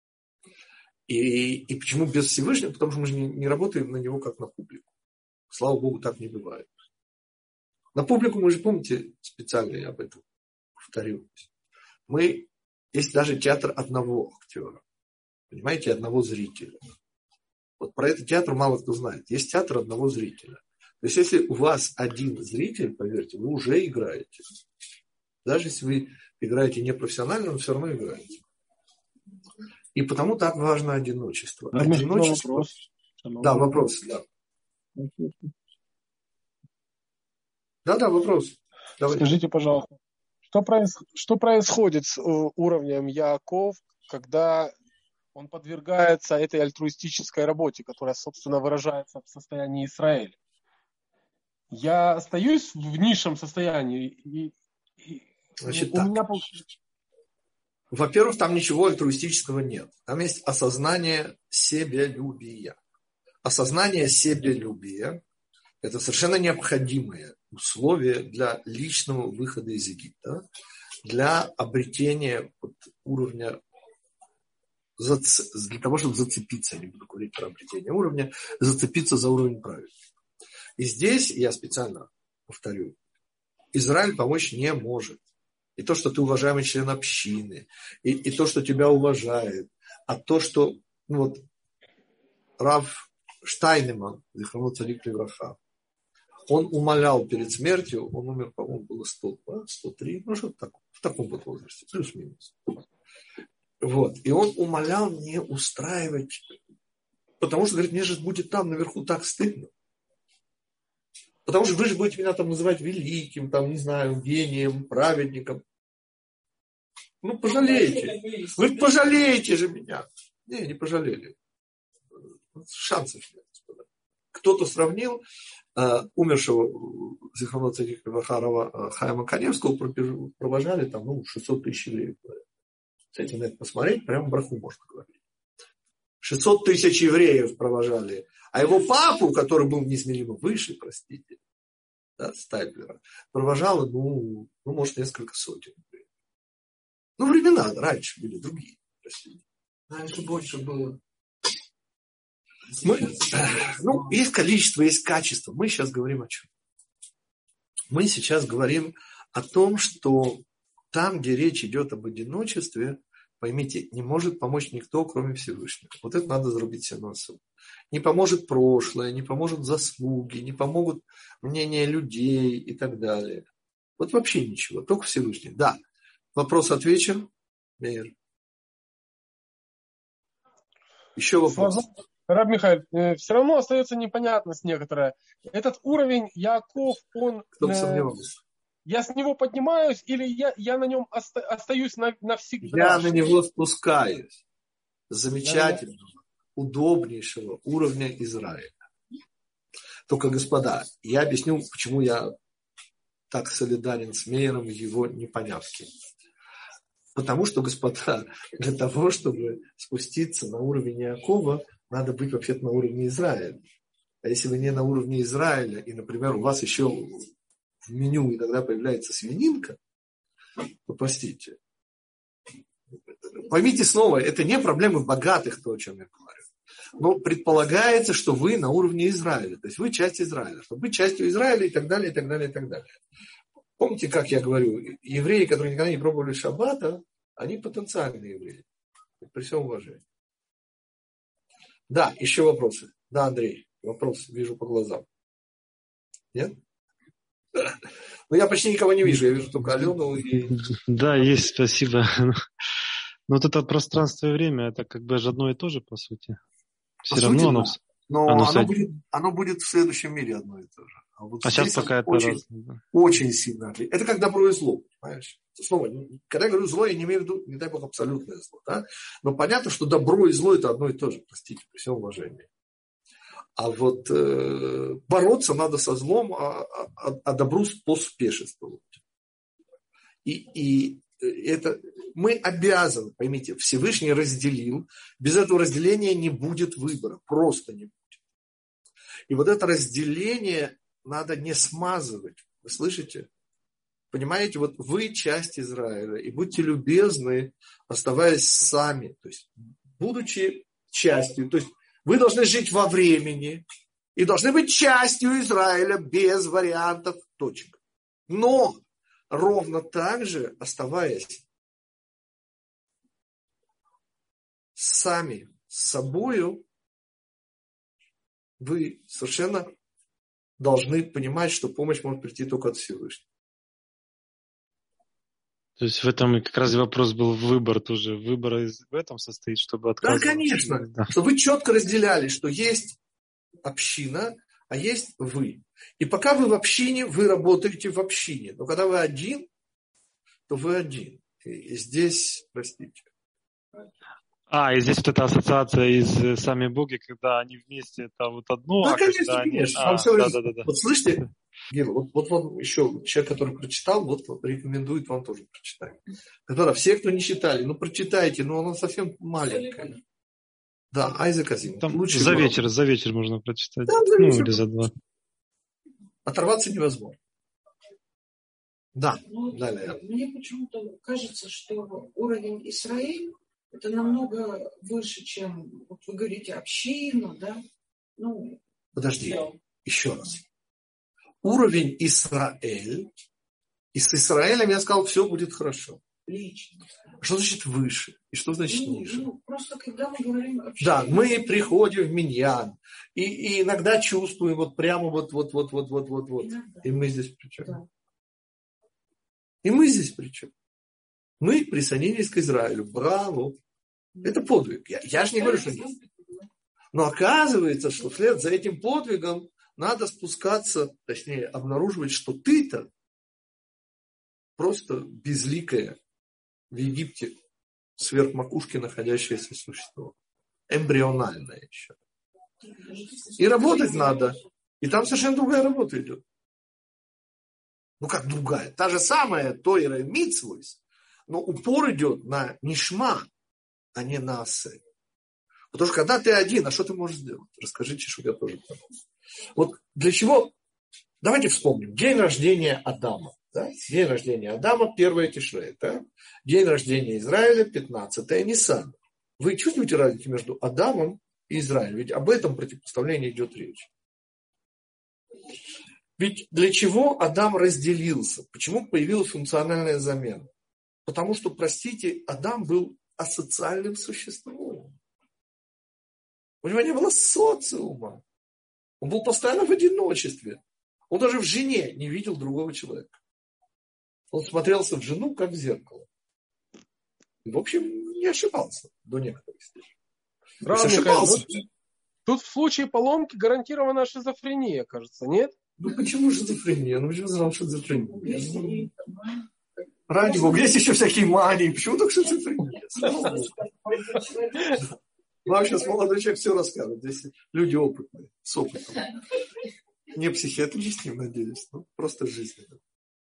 [SPEAKER 1] И, и почему без Всевышнего? Потому что мы же не, не работаем на него как на публику. Слава Богу, так не бывает. На публику мы же, помните, специально я об этом повторю. Мы, есть даже театр одного актера. Понимаете, одного зрителя. Вот про этот театр мало кто знает. Есть театр одного зрителя. То есть, если у вас один зритель, поверьте, вы уже играете. Даже если вы играете непрофессионально, но все равно играете. И потому так важно одиночество. Одиночество... Вопрос. Да, вопрос, да. Да, да, вопрос. Давайте.
[SPEAKER 9] Скажите, пожалуйста, что, проис... что происходит с уровнем Яаков, когда он подвергается этой альтруистической работе, которая, собственно, выражается в состоянии Израиля? Я остаюсь в низшем состоянии. И, и
[SPEAKER 1] Значит,
[SPEAKER 9] у
[SPEAKER 1] так.
[SPEAKER 9] меня...
[SPEAKER 1] Во-первых, там ничего альтруистического нет. Там есть осознание себялюбия. Осознание себялюбия – это совершенно необходимое условие для личного выхода из Египта. для обретения вот уровня, для того, чтобы зацепиться, я не буду говорить про обретение уровня, зацепиться за уровень праведности. И здесь, я специально повторю, Израиль помочь не может. И то, что ты уважаемый член общины, и, и то, что тебя уважает, а то, что ну вот, Рав Штайнеман, Зихроно Царик Левраха, он умолял перед смертью, он умер, по-моему, было сто два, сто три, ну что-то так, в таком вот возрасте, плюс-минус. Вот. И он умолял не устраивать, потому что, говорит, мне же будет там наверху так стыдно. Потому что вы же будете меня там называть великим, там, не знаю, гением, праведником. Ну, пожалейте. Вы пожалеете же меня. Не, не пожалели. Шансов нет, господа. Кто-то сравнил э, умершего Зихроно Царик Левраха Рава Хаима Каневского, провожали там, ну, шестьсот тысяч евреев. Кстати, на это посмотреть, прямо браху можно говорить. шестьсот тысяч евреев провожали. А его папу, который был неизмеримо выше, простите, да, Стайплера, провожало, ну, ну, может, несколько сотен. Ну, времена раньше были другие, простите.
[SPEAKER 7] Раньше больше было.
[SPEAKER 1] Мы, ну, есть количество, есть качество. Мы сейчас говорим о чем? Мы сейчас говорим о том, что там, где речь идет об одиночестве, поймите, не может помочь никто, кроме Всевышнего. Вот это надо зарубить себе носом. Не поможет прошлое, не поможет заслуги, не помогут мнения людей и так далее. Вот вообще ничего, только Всевышний. Да, вопрос отвечен. Мейер. Еще вопрос.
[SPEAKER 9] Раб Михаил, э, все равно остается непонятность некоторая. Этот уровень Яаков, он...
[SPEAKER 1] Кто сомневался?
[SPEAKER 9] Я с него поднимаюсь или я, я на нем оста, остаюсь на, навсегда?
[SPEAKER 1] Я на него спускаюсь. Замечательного, удобнейшего уровня Израиля. Только, господа, я объясню, почему я так солидарен с Мейером в его непонятке. Потому что, господа, для того, чтобы спуститься на уровень Иакова, надо быть вообще-то на уровне Израиля. А если вы не на уровне Израиля, и, например, у вас еще в меню иногда появляется свининка, то простите. Поймите снова, это не проблемы богатых, то, о чем я говорю. Но предполагается, что вы на уровне Израиля. То есть вы часть Израиля. Чтобы быть частью Израиля и так далее, и так далее, и так далее. Помните, как я говорю, евреи, которые никогда не пробовали шаббата, они потенциальные евреи. При всем уважении. Да, еще вопросы. Да, Андрей, вопрос вижу по глазам. Нет? Ну, я почти никого не вижу, я вижу только Алену и...
[SPEAKER 10] Да, есть, спасибо. Но вот это пространство и время, это как бы же одно и то же, по сути. Все
[SPEAKER 1] по
[SPEAKER 10] равно
[SPEAKER 1] сути,
[SPEAKER 10] оно...
[SPEAKER 1] Да. Но
[SPEAKER 10] оно,
[SPEAKER 1] оно, будет, оно будет в следующем мире одно и то же. А, вот
[SPEAKER 10] а сейчас пока это
[SPEAKER 1] очень,
[SPEAKER 10] раз...
[SPEAKER 1] очень сильно. Это как добро и зло, понимаешь? Снова, когда я говорю зло, я не имею в виду, не дай бог, абсолютное зло. Да? Но понятно, что добро и зло это одно и то же, простите, при всем уважении. А вот э, бороться надо со злом, а, а, а добру поспешествовать. И, и это мы обязаны, поймите, Всевышний разделил. Без этого разделения не будет выбора, просто не будет. И вот это разделение надо не смазывать. Вы слышите? Понимаете, вот вы часть Израиля, и будьте любезны, оставаясь сами, то есть будучи частью, то есть вы должны жить во времени и должны быть частью Израиля без вариантов, точек. Но ровно так же, оставаясь сами с собою, вы совершенно должны понимать, что помощь может прийти только от Всевышнего.
[SPEAKER 10] То есть в этом как раз вопрос был выбор тоже. Выбор в этом состоит, чтобы отказываться.
[SPEAKER 1] Да, конечно.
[SPEAKER 10] Да.
[SPEAKER 1] Чтобы вы четко разделяли, что есть община, а есть вы. И пока вы в общине, вы работаете в общине. Но когда вы один, то вы один. И здесь, простите.
[SPEAKER 10] А, и здесь вот эта ассоциация из «Сами боги», когда они вместе, это вот одно,
[SPEAKER 1] да,
[SPEAKER 10] а
[SPEAKER 1] конечно,
[SPEAKER 10] когда
[SPEAKER 1] конечно.
[SPEAKER 10] они... А,
[SPEAKER 1] все
[SPEAKER 10] да, да, да, да.
[SPEAKER 1] Вот слышите, Гера, вот, вот, вот еще человек, который прочитал, вот рекомендует вам тоже прочитать. Когда все, кто не читали, ну прочитайте, но она совсем маленькая. Да, Айзек Азимов.
[SPEAKER 10] Там
[SPEAKER 1] лучше
[SPEAKER 10] за
[SPEAKER 1] было.
[SPEAKER 10] вечер, за вечер можно прочитать.
[SPEAKER 1] Да, за
[SPEAKER 10] ну,
[SPEAKER 1] вечер.
[SPEAKER 10] или за два.
[SPEAKER 1] Оторваться невозможно. Да,
[SPEAKER 2] Ну,
[SPEAKER 1] да, да.
[SPEAKER 2] Мне почему-то кажется, что уровень Израиль это намного выше, чем, вот вы говорите, община, да? Ну,
[SPEAKER 1] Подожди,
[SPEAKER 2] да.
[SPEAKER 1] еще раз. Уровень Израиль, и с Израилем я сказал, все будет хорошо.
[SPEAKER 2] Лично.
[SPEAKER 1] Что значит выше? И что значит
[SPEAKER 2] Ну,
[SPEAKER 1] ниже?
[SPEAKER 2] ну, просто когда мы говорим община...
[SPEAKER 1] Да, мы приходим в миньян, и, и иногда чувствуем вот прямо вот, вот, вот, вот, вот, вот, вот. И мы здесь при чем?
[SPEAKER 2] Да.
[SPEAKER 1] И мы здесь при чем? Мы присоединились к Израилю. Браво! Это подвиг. Я, я же не говорю, что нет. Но оказывается, что вслед за этим подвигом надо спускаться, точнее, обнаруживать, что ты-то просто безликое в Египте сверх макушки находящееся существо. Эмбриональное еще. И работать надо. И там совершенно другая работа идет. Ну как другая? Та же самая Тойра и Мицвос, но упор идет на нишма, а не на асе. Потому что когда ты один, а что ты можешь сделать? Расскажите, чтобы я тоже понял. Вот для чего? Давайте вспомним. День рождения Адама. Да? День рождения Адама, первое Тишрей. Да? День рождения Израиля, пятнадцатое Нисан. Вы чувствуете разницу между Адамом и Израилем? Ведь об этом противопоставлении идет речь. Ведь для чего Адам разделился? Почему появилась функциональная замена? Потому что, простите, Адам был асоциальным существом. У него не было социума. Он был постоянно в одиночестве. Он даже в жене не видел другого человека. Он смотрелся в жену, как в зеркало. И, в общем, не ошибался до некоторых степени.
[SPEAKER 9] Ошибался. Тут, тут в случае поломки гарантирована шизофрения, кажется, нет?
[SPEAKER 1] Ну почему шизофрения? Ну почему знал шизофрения? Ради бога, есть еще всякие мании. Почему только шизофрения? Вам сейчас молодой человек все расскажет. Здесь люди опытные, с опытом. Не психиатрическим, надеюсь, но просто жизненным.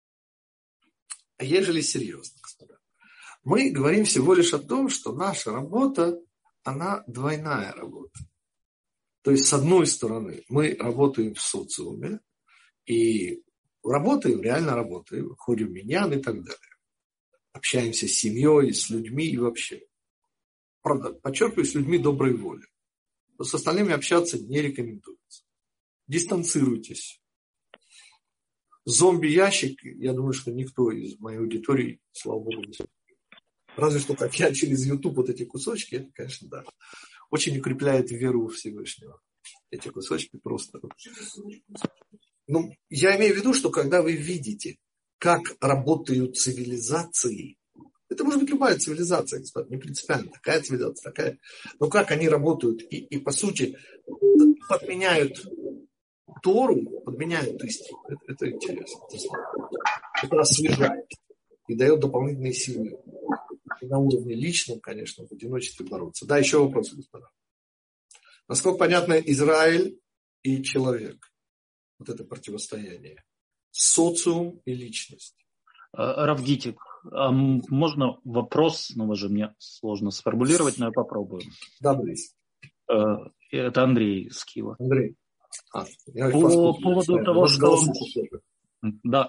[SPEAKER 1] А ежели серьезно, господа. Мы говорим всего лишь о том, что наша работа, она двойная работа. То есть, с одной стороны, мы работаем в социуме, и работаем, реально работаем, ходим в миньян и так далее. Общаемся с семьей, с людьми и вообще. Правда, подчеркиваю, с людьми доброй воли. Но с остальными общаться не рекомендуется. Дистанцируйтесь. Зомби-ящик, я думаю, что никто из моей аудитории, слава богу, не смотрит. Разве что, как я через YouTube вот эти кусочки, это, конечно, да. Очень укрепляет веру Всевышнего. Эти кусочки просто... Ну, я имею в виду, что когда вы видите, как работают цивилизации, это может быть любая цивилизация, господа, не принципиально, такая цивилизация, такая, но как они работают и, и по сути, подменяют Тору, подменяют истину, это, это интересно. Это освежает и дает дополнительные силы. И на уровне личном, конечно, в одиночестве бороться. Да, еще вопрос, господа. Насколько понятно, Израиль и человек. Вот это противостояние. Социум и личность.
[SPEAKER 8] Рав Гитик, а можно вопрос, но уже мне сложно сформулировать, но я попробую.
[SPEAKER 1] Да, Борис.
[SPEAKER 8] Это Андрей с Киева.
[SPEAKER 1] Андрей. А,
[SPEAKER 8] По поводу того, что... Да.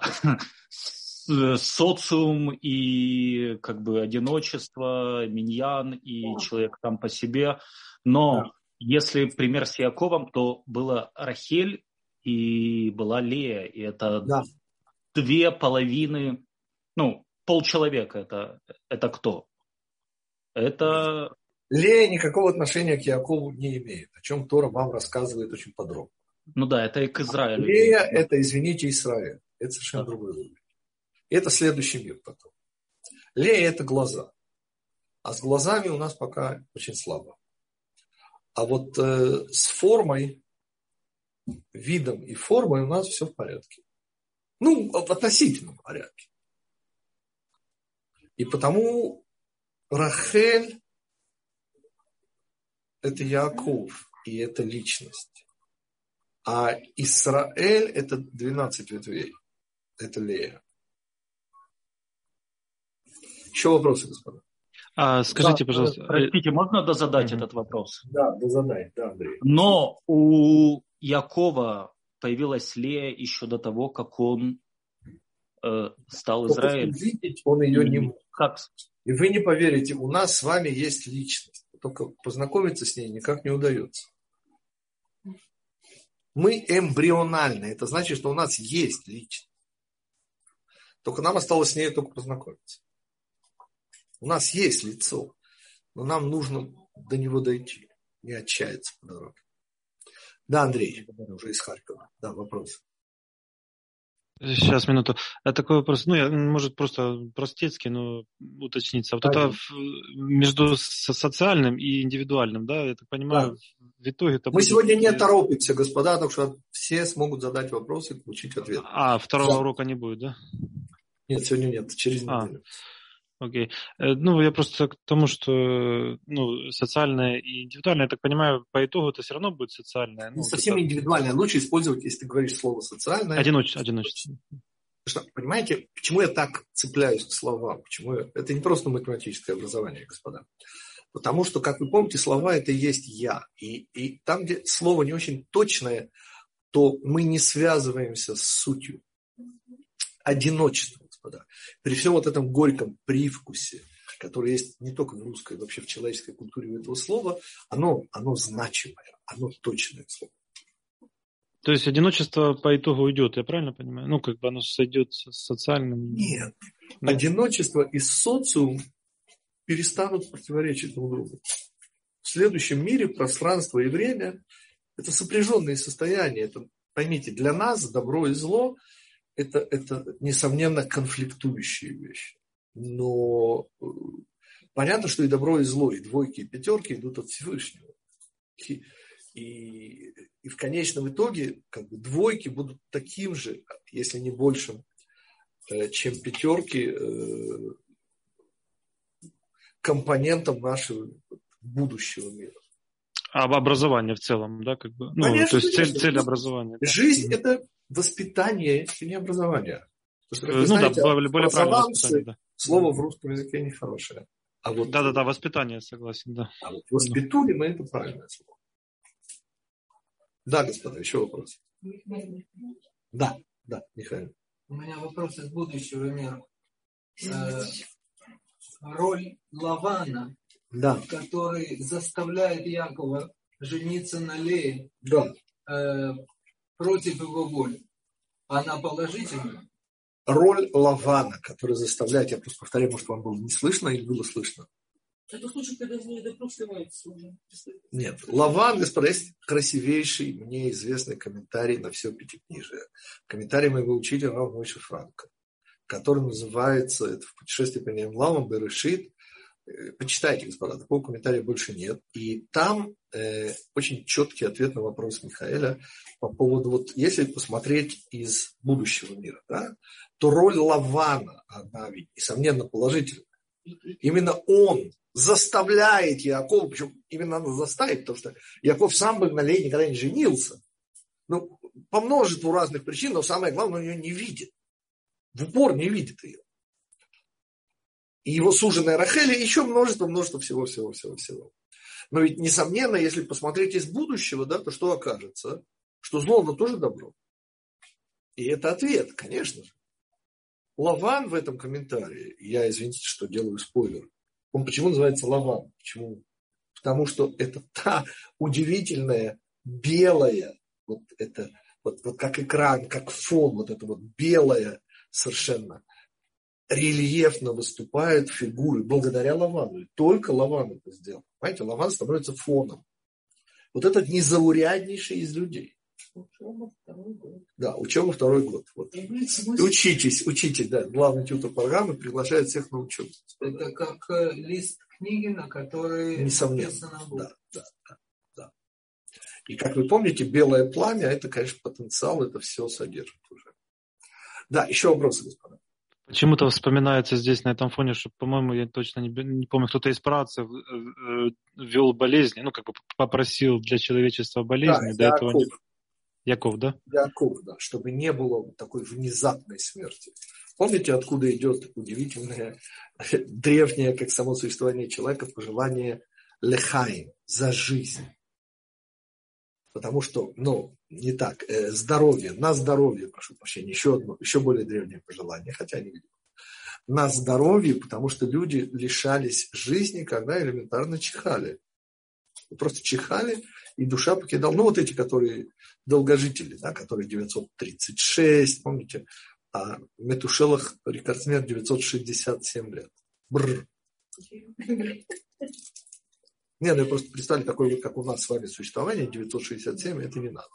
[SPEAKER 8] Социум и как бы одиночество, миньян и человек там по себе. Но да. Если пример с Яковом, то была Рахель и была Лея. И это да. Две половины, ну, полчеловека. Это, это кто? Это...
[SPEAKER 1] Лея никакого отношения к Якову не имеет, о чем Тора вам рассказывает очень подробно.
[SPEAKER 8] Ну да, это и к Израилю.
[SPEAKER 1] Лея – это, извините, Израиль. Это совершенно да. другой уровень. Это следующий мир потом. Лея – это глаза. А с глазами у нас пока очень слабо. А вот э, с формой, видом и формой у нас все в порядке. Ну, в относительном порядке. И потому Рахель – это Яаков, и это личность. А Исраэль – это двенадцать ветвей. Это Лея. Еще вопросы, господа?
[SPEAKER 10] А, скажите,
[SPEAKER 8] да,
[SPEAKER 10] пожалуйста.
[SPEAKER 8] Простите, можно дозадать mm-hmm. этот вопрос?
[SPEAKER 1] Да, дозадай, да, Андрей.
[SPEAKER 8] Но у Якова появилась Лея еще до того, как он э, стал
[SPEAKER 1] Только
[SPEAKER 8] Израиль.
[SPEAKER 1] увидеть он ее не мог.
[SPEAKER 8] Как?
[SPEAKER 1] И вы не поверите, у нас с вами есть личность. Только познакомиться с ней никак не удается. Мы эмбриональны. Это значит, что у нас есть личность. Только нам осталось с ней только познакомиться. У нас есть лицо, но нам нужно до него дойти. Не отчаяться по дороге. Да, Андрей, уже из Харькова. Да, вопрос.
[SPEAKER 10] Сейчас, минуту. А такой вопрос, ну, я, может, просто простецкий, но уточниться. Вот это в, между социальным и индивидуальным, да, я так понимаю, да. В итоге это
[SPEAKER 1] Мы
[SPEAKER 10] будет...
[SPEAKER 1] сегодня не торопимся, господа, потому что все смогут задать вопросы и получить ответ.
[SPEAKER 10] А, второго
[SPEAKER 1] да.
[SPEAKER 10] урока не будет, да?
[SPEAKER 1] Нет, сегодня нет, через неделю.
[SPEAKER 10] А, окей. Ну, я просто к тому, что ну, социальное и индивидуальное, я так понимаю, по итогу это все равно будет социальное.
[SPEAKER 1] Ну,
[SPEAKER 10] ну,
[SPEAKER 1] совсем
[SPEAKER 10] это...
[SPEAKER 1] индивидуальное. Лучше использовать, если ты говоришь слово социальное.
[SPEAKER 10] Одиночество. одиночество.
[SPEAKER 1] Что, понимаете, почему я так цепляюсь к словам? Почему я... Это не просто математическое образование, господа. Потому что, как вы помните, слова – это и есть «я». И, и там, где слово не очень точное, то мы не связываемся с сутью. Одиночество, господа. При всем вот этом горьком привкусе, который есть не только в русской, вообще в человеческой культуре этого слова, оно, оно значимое, оно точное слово.
[SPEAKER 10] То есть одиночество по итогу уйдет, я правильно понимаю? Ну, как бы оно сойдет с социальным...
[SPEAKER 1] Нет.
[SPEAKER 10] Ну...
[SPEAKER 1] Одиночество и социум перестанут противоречить друг другу. В следующем мире пространство и время – это сопряженные состояния. Это, поймите, для нас добро и зло – это, это, несомненно, конфликтующие вещи. Но понятно, что и добро, и зло, и двойки, и пятерки идут от Всевышнего. И, и, и в конечном итоге как бы, двойки будут таким же, если не большим, чем пятерки, компонентом нашего будущего мира.
[SPEAKER 10] А образование в целом, да, как бы. Ну,
[SPEAKER 1] конечно,
[SPEAKER 10] то есть
[SPEAKER 1] конечно.
[SPEAKER 10] цель, цель образования. Да.
[SPEAKER 1] Жизнь – это воспитание, и не образование. Есть, ну знаете,
[SPEAKER 10] да, более, более правильное воспитание. Да.
[SPEAKER 1] Слово в русском языке не хорошее. А вот,
[SPEAKER 10] да, да, да, воспитание, согласен, да.
[SPEAKER 1] А вот воспитули мы это правильное слово. Да, господа, еще вопрос. Да, да, Михаил.
[SPEAKER 7] У меня вопрос из будущего мира. Э, роль Лавана,
[SPEAKER 1] да.
[SPEAKER 7] который заставляет Якова жениться на Лее,
[SPEAKER 1] да.
[SPEAKER 7] э, против его воли, она положительная?
[SPEAKER 1] Роль Лавана, который заставляет, я просто повторяю, может, вам было не слышно или было слышно?
[SPEAKER 2] Это случай, когда допрос сливается уже.
[SPEAKER 1] Нет, Лаван, господа, есть красивейший, мне известный комментарий на все пятикнижие. Комментарий моего учителя Рава Мойше Франка, который называется, это в путешествии по ним Лавам Берешит. Почитайте, господа, такого комментария больше нет. И там э, очень четкий ответ на вопрос Михаэля по поводу, вот если посмотреть из будущего мира, да, то роль Лавана, она ведь, несомненно, положительная. Именно он заставляет Якова, причем именно надо заставить, потому что Яков сам бы на Лее никогда не женился. Ну, по множеству разных причин, но самое главное, он ее не видит. В упор не видит ее. И его суженая Рахель, и еще множество, множество всего-всего-всего-всего. Но ведь, несомненно, если посмотреть из будущего, да, то что окажется? Что зло, оно тоже добро. И это ответ, конечно же. Лаван в этом комментарии, я, извините, что делаю спойлер, он почему называется Лаван? Почему? Потому что это та удивительная белая, вот это, вот, вот как экран, как фон, вот это вот белая совершенно рельефно выступает фигуры благодаря Лавану. И только Лаван это сделал. Понимаете, Лаван становится фоном. Вот этот незауряднейший из людей.
[SPEAKER 2] Учеба второй год.
[SPEAKER 1] Да, учеба второй год. Вот. Учитесь, учитесь, да. Главный тьютор программы приглашает всех на учебу.
[SPEAKER 7] Это как лист книги, на которой написано будет.
[SPEAKER 1] Да, да, да, да. И как вы помните, белое пламя, это, конечно, потенциал, это все содержит уже. Да, еще вопросы, господа.
[SPEAKER 10] Почему-то вспоминается здесь на этом фоне, что, по-моему, я точно не, не помню, кто-то из працев ввел болезни, ну, как бы попросил для человечества болезни. Да, до этого не... Яков, да?
[SPEAKER 1] Яков, да, чтобы не было такой внезапной смерти. Помните, откуда идет удивительное, древнее, как само существование человека, пожелание лехаим, за жизнь. Потому что, ну, не так, э, здоровье, на здоровье, прошу прощения, еще одно, еще более древнее пожелание, хотя не видимо. На здоровье, потому что люди лишались жизни, когда элементарно чихали. Просто чихали, и душа покидала. Ну, вот эти, которые долгожители, да, которые девятьсот тридцать шесть, помните, а Метушелах рекордсмен девятьсот шестьдесят семь лет. Бррр. Не, ну я просто представляю, такое вот, как у нас с вами существование, девятьсот шестьдесят семь, это не надо.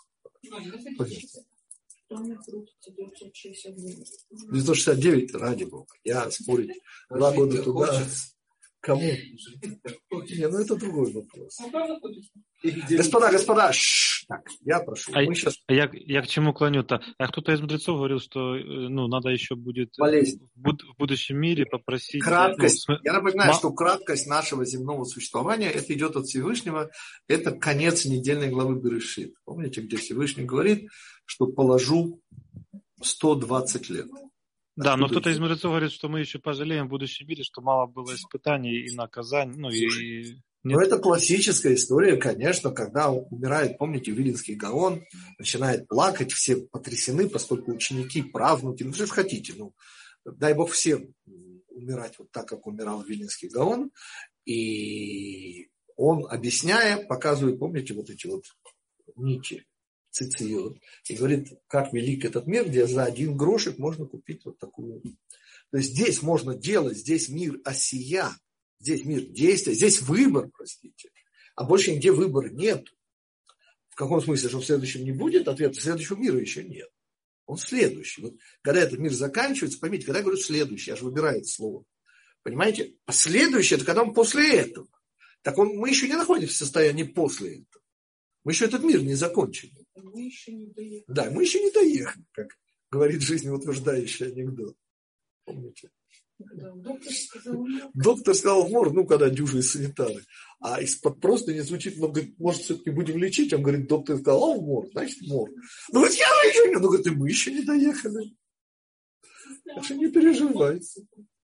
[SPEAKER 1] девятьсот шестьдесят девять, ради бога. Я спорить два года туда. Кому? Не, ну это другой вопрос. Господа, господа, ш, так, я прошу.
[SPEAKER 10] А
[SPEAKER 1] Мы сейчас...
[SPEAKER 10] я, я к чему клоню-то? А кто-то из мудрецов говорил, что ну, надо еще будет
[SPEAKER 1] Болезнь.
[SPEAKER 10] в, буд- в будущем мире попросить...
[SPEAKER 1] Краткость.
[SPEAKER 10] Ну,
[SPEAKER 1] Я напоминаю,
[SPEAKER 10] ма-
[SPEAKER 1] что краткость нашего земного существования, это идет от Всевышнего, это конец недельной главы Берешит. Помните, где Всевышний говорит, что положу сто двадцать лет.
[SPEAKER 10] Да, но
[SPEAKER 1] Откуда
[SPEAKER 10] кто-то из
[SPEAKER 1] это?
[SPEAKER 10] мудрецов говорит, что мы еще пожалеем в будущем мире, что мало было испытаний и наказаний. Ну, и...
[SPEAKER 1] Ну, это классическая история, конечно, когда умирает, помните, Вилинский Гаон, начинает плакать, все потрясены, поскольку ученики, правнуки, ну, что ж хотите, ну, дай Бог всем умирать вот так, как умирал Вилинский Гаон, и он, объясняя, показывает, помните, вот эти вот нити, цициот, и говорит, как велик этот мир, где за один грошек можно купить вот такую. То есть здесь можно делать, здесь мир осия, здесь мир действия, здесь выбор, простите, а больше нигде выбора нет. В каком смысле, что в следующем не будет ответа, следующего мира еще нет. Он следующий. Вот, когда этот мир заканчивается, поймите, когда я говорю следующий, я же выбираю это слово. Понимаете? А следующий, это когда он после этого. Так он, мы еще не находимся в состоянии после этого. Мы еще этот мир не закончили.
[SPEAKER 2] Мы еще не доехали.
[SPEAKER 1] Да, мы еще не доехали, как говорит жизнеутверждающий анекдот. Помните?
[SPEAKER 2] Да, доктор сказал,
[SPEAKER 1] Доктор сказал мор, ну, когда дюжи санитары. А из-под просто не звучит, но говорит, может, все-таки будем лечить? Он говорит, доктор сказал, а, мор, значит, мор. Ну, говорит, я еще не. Ну, говорит, и мы еще не доехали. Так что не переживайте.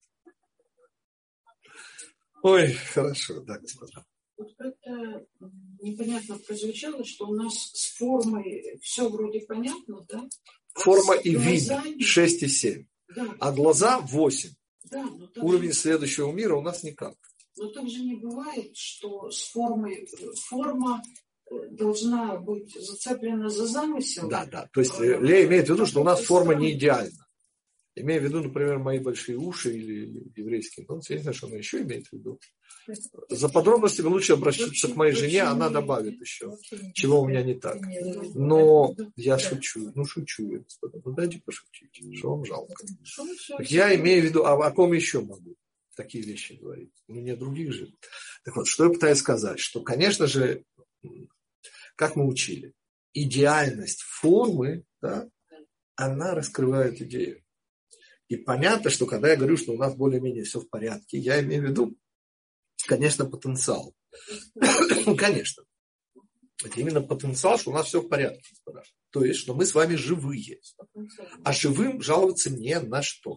[SPEAKER 1] Ой, хорошо, да, господа.
[SPEAKER 2] Вот как-то непонятно прозвучало, что у нас с формой все вроде понятно, да?
[SPEAKER 1] Форма
[SPEAKER 2] а
[SPEAKER 1] и вид
[SPEAKER 2] глазами...
[SPEAKER 1] шесть и семь.
[SPEAKER 2] Да.
[SPEAKER 1] А глаза восемь.
[SPEAKER 2] Да, но
[SPEAKER 1] уровень
[SPEAKER 2] же...
[SPEAKER 1] следующего мира у нас никак.
[SPEAKER 2] Но так же не бывает, что с формой форма должна быть зацеплена за замысел.
[SPEAKER 1] Да, да. То есть Лея имеет в виду, что у нас форма не идеальна. Имея в виду, например, мои большие уши или еврейский нос, я не знаю, что она еще имеет в виду. За подробностями лучше обращаться к моей жене, она добавит еще, чего у меня не так. Но я шучу, ну шучу, господа, ну дайте пошутить, что вам жалко. Я имею в виду, а о ком еще могу такие вещи говорить? У меня других же. Так вот, что я пытаюсь сказать, что, конечно же, как мы учили, идеальность формы, да, она раскрывает идею. И понятно, что когда я говорю, что у нас более-менее все в порядке, я имею в виду, конечно, потенциал. Конечно. Это именно потенциал, что у нас все в порядке. Господа. То есть, что мы с вами живые. А живым жаловаться не на что.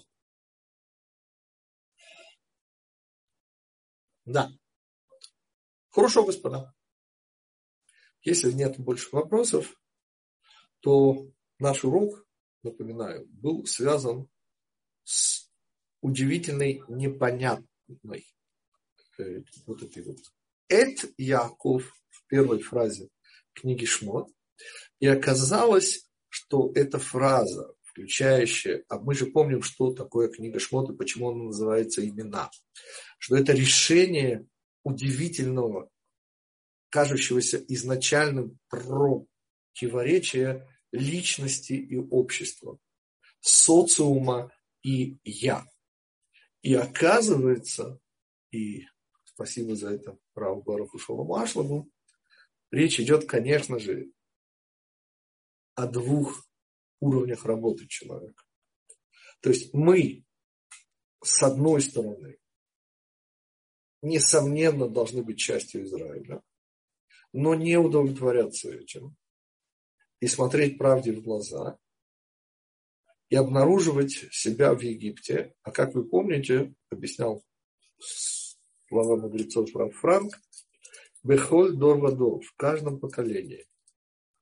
[SPEAKER 1] Да. Хорошо, господа. Если нет больше вопросов, то наш урок, напоминаю, был связан с удивительной, непонятной э, вот этой вот Эт Яков в первой фразе книги Шмот. И оказалось, что эта фраза, включающая, а мы же помним, что такое книга Шмот и почему она называется имена, что это решение удивительного, кажущегося изначальным противоречия личности и общества, социума и я. И оказывается, и спасибо за это праву Баруху Шолому Ашламу, речь идет, конечно же, о двух уровнях работы человека. То есть мы, с одной стороны, несомненно, должны быть частью Израиля, но не удовлетворяться этим и смотреть правде в глаза, и обнаруживать себя в Египте. А как вы помните, объяснял слова мудрецов Рав Франк, Бехоль дор вадор, в каждом поколении.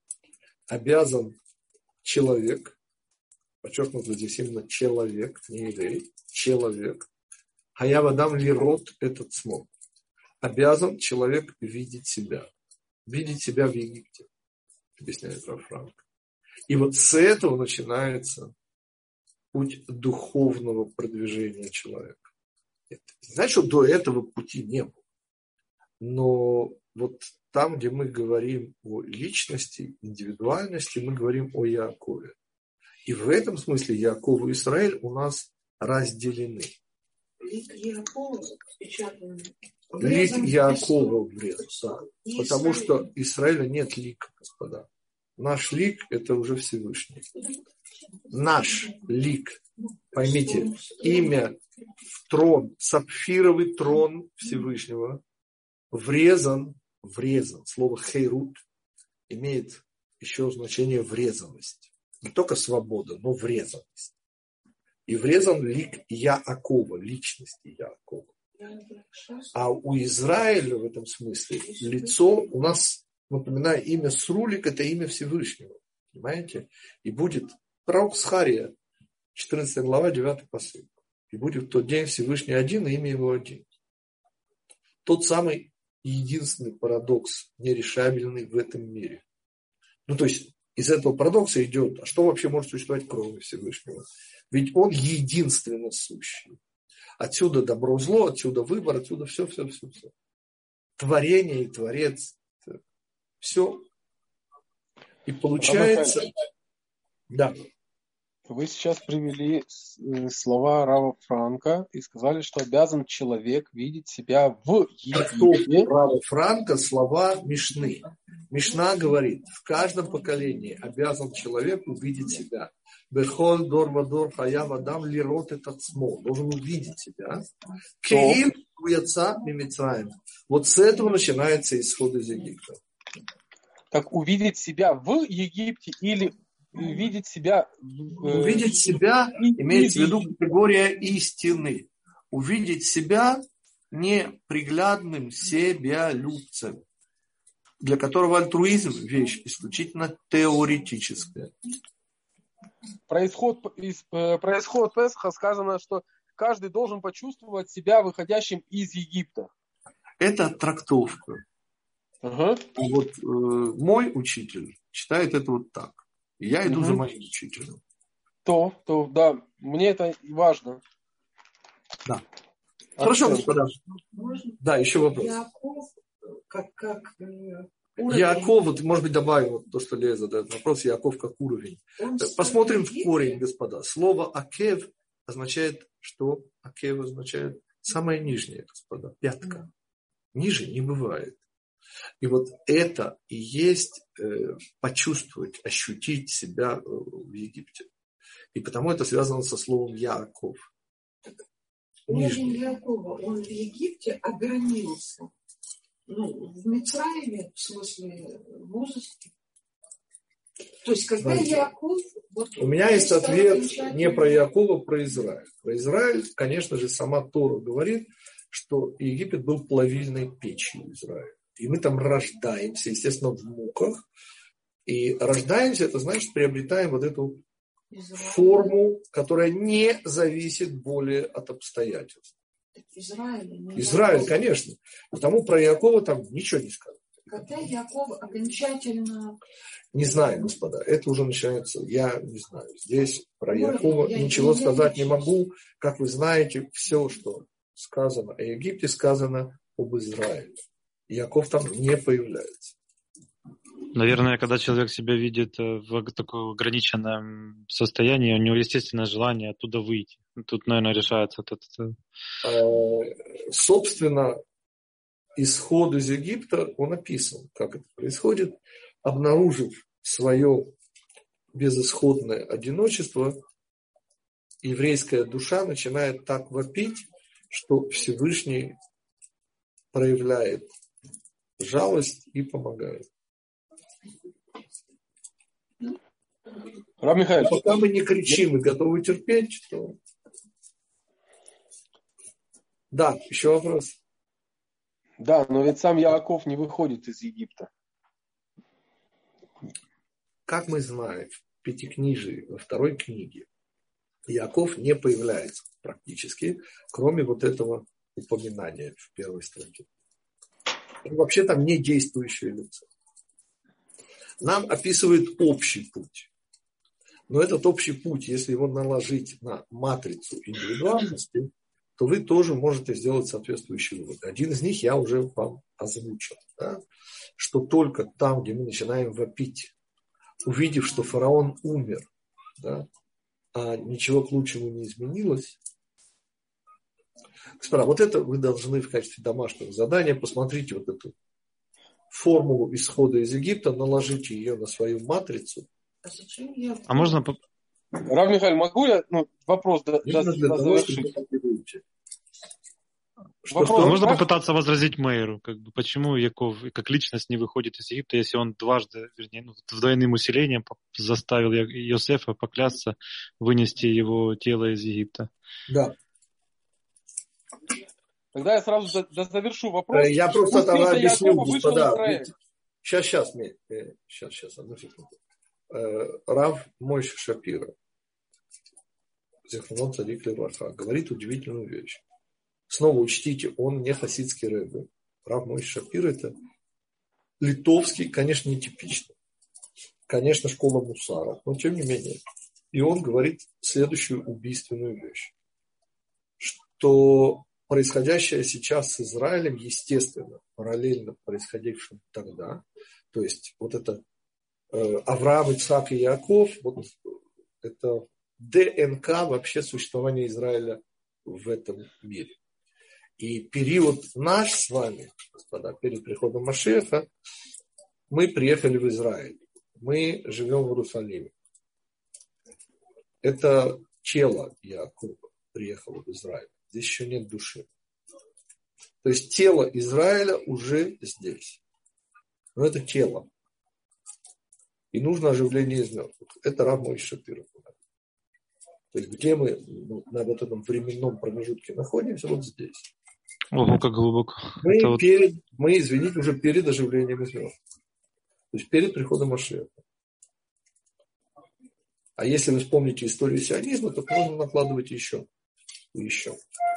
[SPEAKER 1] обязан человек, подчеркнуто здесь именно человек, не еврей, человек, хаяв адам лирот этот смог, обязан человек видеть себя, видеть себя в Египте, объясняет Рав Франк. И вот с этого начинается путь духовного продвижения человека. Это не значит, что до этого пути не было. Но вот там, где мы говорим о личности, индивидуальности, мы говорим о Яакове. И в этом смысле Яаков и Израиль у нас разделены.
[SPEAKER 2] Лик Яакова впечатан.
[SPEAKER 1] Лик Яакова врезан, да. Потому что Израиля нет лика, господа. Наш лик – это уже Всевышний. Наш лик, поймите, имя в трон, сапфировый трон Всевышнего врезан, врезан. Слово хейрут имеет еще значение врезанность. Не только свобода, но врезанность. И врезан лик Яакова, личности Яакова. А у Израиля в этом смысле лицо у нас, напоминаю, имя Срулик – это имя Всевышнего. Понимаете? И будет пророк Схария, четырнадцатая глава, девятый посыл. И будет в тот день Всевышний один, и имя его один. Тот самый единственный парадокс, нерешабельный в этом мире. Ну, то есть, из этого парадокса идет, а что вообще может существовать кроме Всевышнего? Ведь он единственно сущий. Отсюда добро, зло, отсюда выбор, отсюда все, все, все, все. Творение и Творец. Все. И получается... Да.
[SPEAKER 9] Вы сейчас привели слова Рава Франка и сказали, что обязан человек видеть себя в Египте.
[SPEAKER 1] Рава Франка слова Мишны. Мишна говорит, в каждом поколении обязан человек увидеть себя. Бехоль дор вадор хаяв адам лирот этот смо. Должен увидеть себя. Кейм уяца мимицраем. Вот с этого начинается исход из Египта.
[SPEAKER 9] Так увидеть себя в Египте или увидеть себя...
[SPEAKER 1] Увидеть себя имеется в виду категория истины. Увидеть себя неприглядным себялюбцем, для которого альтруизм – вещь исключительно теоретическая.
[SPEAKER 9] Происход, из, происход Песха сказано, что каждый должен почувствовать себя выходящим из Египта.
[SPEAKER 1] Это трактовка.
[SPEAKER 9] Ага.
[SPEAKER 1] И вот э, мой учитель читает это вот так. Я иду угу. за моим учителем.
[SPEAKER 9] То, то, да, мне это важно.
[SPEAKER 1] Да. А Хорошо, что? Господа.
[SPEAKER 2] Можно?
[SPEAKER 1] Да, еще вопрос.
[SPEAKER 2] Яаков, как, как
[SPEAKER 1] Яаков, вот, может быть, добавим вот то, что Лея задает вопрос, Яаков как уровень. Он Посмотрим в корень, господа. Слово акев означает, что акев означает самое нижнее, господа, пятка. Да. Ниже не бывает. И вот это и есть э, почувствовать, ощутить себя э, в Египте. И потому это связано со словом Яаков.
[SPEAKER 2] Уровень Яакова, он в Египте огранился. Ну, в Мицраиме, в смысле, в возрасте. То есть, когда Знаете, Яаков... Вот,
[SPEAKER 1] у меня есть ответ не про Яакова, а про Израиль. Про Израиль, конечно же, сама Тора говорит, что Египет был плавильной печью Израиля. И мы там рождаемся, естественно, в муках. И рождаемся, это значит, приобретаем вот эту Израиль. форму, которая не зависит более от обстоятельств.
[SPEAKER 2] Израиль,
[SPEAKER 1] Израиль, конечно. Потому про Яакова там ничего не сказано.
[SPEAKER 2] Когда Яаков окончательно...
[SPEAKER 1] Не знаю, господа, это уже начинается, я не знаю. Здесь про Яакова я ничего не сказать не могу. Как вы знаете, все, что сказано о Египте, сказано об Израиле. Яаков там не появляется.
[SPEAKER 10] Наверное, когда человек себя видит в таком ограниченном состоянии, у него естественное желание оттуда выйти. Тут, наверное, решается вот это.
[SPEAKER 1] Собственно, исход из Египта, он описан, как это происходит. Обнаружив свое безысходное одиночество, еврейская душа начинает так вопить, что Всевышний проявляет жалость и помогает.
[SPEAKER 9] Рав Михаил,
[SPEAKER 1] пока мы не кричим и готовы терпеть, то... Да, еще вопрос.
[SPEAKER 9] Да, но ведь сам Яаков не выходит из Египта.
[SPEAKER 1] как мы знаем, в Пятикнижии, во второй книге, Иаков не появляется практически, кроме вот этого упоминания в первой строке. Он вообще там не действующее лицо. Нам описывает общий путь. Но этот общий путь, если его наложить на матрицу индивидуальности, то вы тоже можете сделать соответствующий вывод. Один из них я уже вам озвучил. Да? Что только там, где мы начинаем вопить, увидев, что фараон умер, да, а ничего к лучшему не изменилось. Господа, вот это вы должны в качестве домашнего задания, посмотрите вот эту формулу исхода из Египта, наложите ее на свою матрицу.
[SPEAKER 10] А можно...
[SPEAKER 9] Рав Михаил, могу я ну, вопрос до, до, до завершить?
[SPEAKER 10] Что, что? Можно как? Попытаться возразить мэру, как бы, почему Яков как личность не выходит из Египта, если он дважды, вернее, ну, двойным усилением заставил Йосефа поклясться вынести его тело из Египта.
[SPEAKER 1] Да.
[SPEAKER 9] Тогда я сразу завершу вопрос.
[SPEAKER 1] Я просто тогда объясню, господа. Сейчас, сейчас, сейчас, сейчас, одну секунду. Рав Мойше Шапира, Зихронот Цадик Левраха, говорит удивительную вещь. Снова учтите, он не хасидский рэбе. Рав Мойше Шапир это литовский, конечно, нетипичный. Конечно, школа мусара, но тем не менее. И он говорит следующую убийственную вещь. Что происходящее сейчас с Израилем, естественно, параллельно происходившим тогда, то есть вот это э, Авраам, Ицхак и Иаков, вот это ДНК вообще существования Израиля в этом мире. И период наш с вами, господа, перед приходом Машиаха, мы приехали в Израиль. Мы живем в Иерусалиме. Это тело Иакова приехало в Израиль. Здесь еще нет души. То есть тело Израиля уже здесь. Но это тело. И нужно оживление из мертвых. Это Рав Мойше Шапира. То есть где мы ну, на вот этом временном промежутке находимся, вот здесь.
[SPEAKER 10] Ого, как глубоко.
[SPEAKER 1] Мы,
[SPEAKER 10] это
[SPEAKER 1] перед, вот... мы, извините, уже перед оживлением из мертвых. То есть перед приходом Машиаха. А если вы вспомните историю сионизма, то можно накладывать еще. И еще.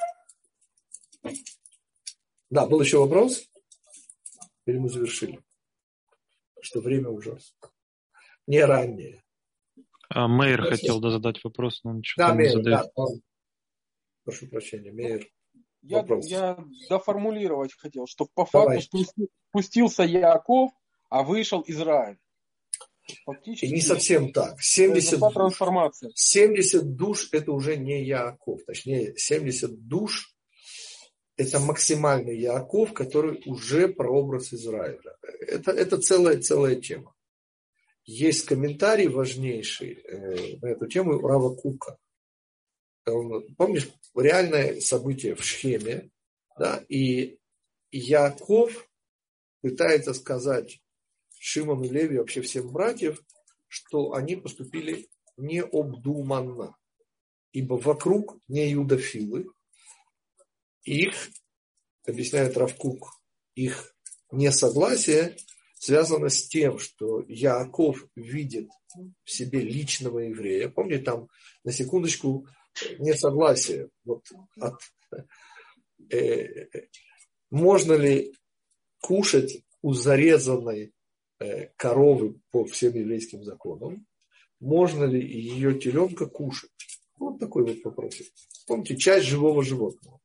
[SPEAKER 1] Да, был еще вопрос? Или мы завершили? Что время уже не раннее.
[SPEAKER 10] А Мейер Сейчас. хотел да, задать вопрос, но он ничего
[SPEAKER 1] да,
[SPEAKER 10] не
[SPEAKER 1] Мейер,
[SPEAKER 10] задает.
[SPEAKER 1] Да, он... Прошу прощения, Мейер.
[SPEAKER 9] Я, я доформулировать хотел, что по Давай. факту спустился Яаков, а вышел Израиль.
[SPEAKER 1] Фактически, и не совсем так. семьдесят, трансформация. семьдесят душ это уже не Яаков. Точнее, семьдесят душ это максимальный Яаков, который уже прообраз Израиля. Это, это целая, целая тема. Есть комментарий важнейший э, на эту тему у Рава Кука. Он, помнишь, реальное событие в Шхеме, да, и Яаков пытается сказать Шимону, Леви, вообще всем братьев, что они поступили необдуманно, ибо вокруг не юдофилы, их, объясняет Рав Кук, их несогласие связано с тем, что Яаков видит в себе личного еврея. Помните, там, на секундочку, несогласие. Вот от, э, можно ли кушать у зарезанной э, коровы по всем еврейским законам? Можно ли ее теленка кушать? Вот такой вот вопрос. Помните, часть живого животного.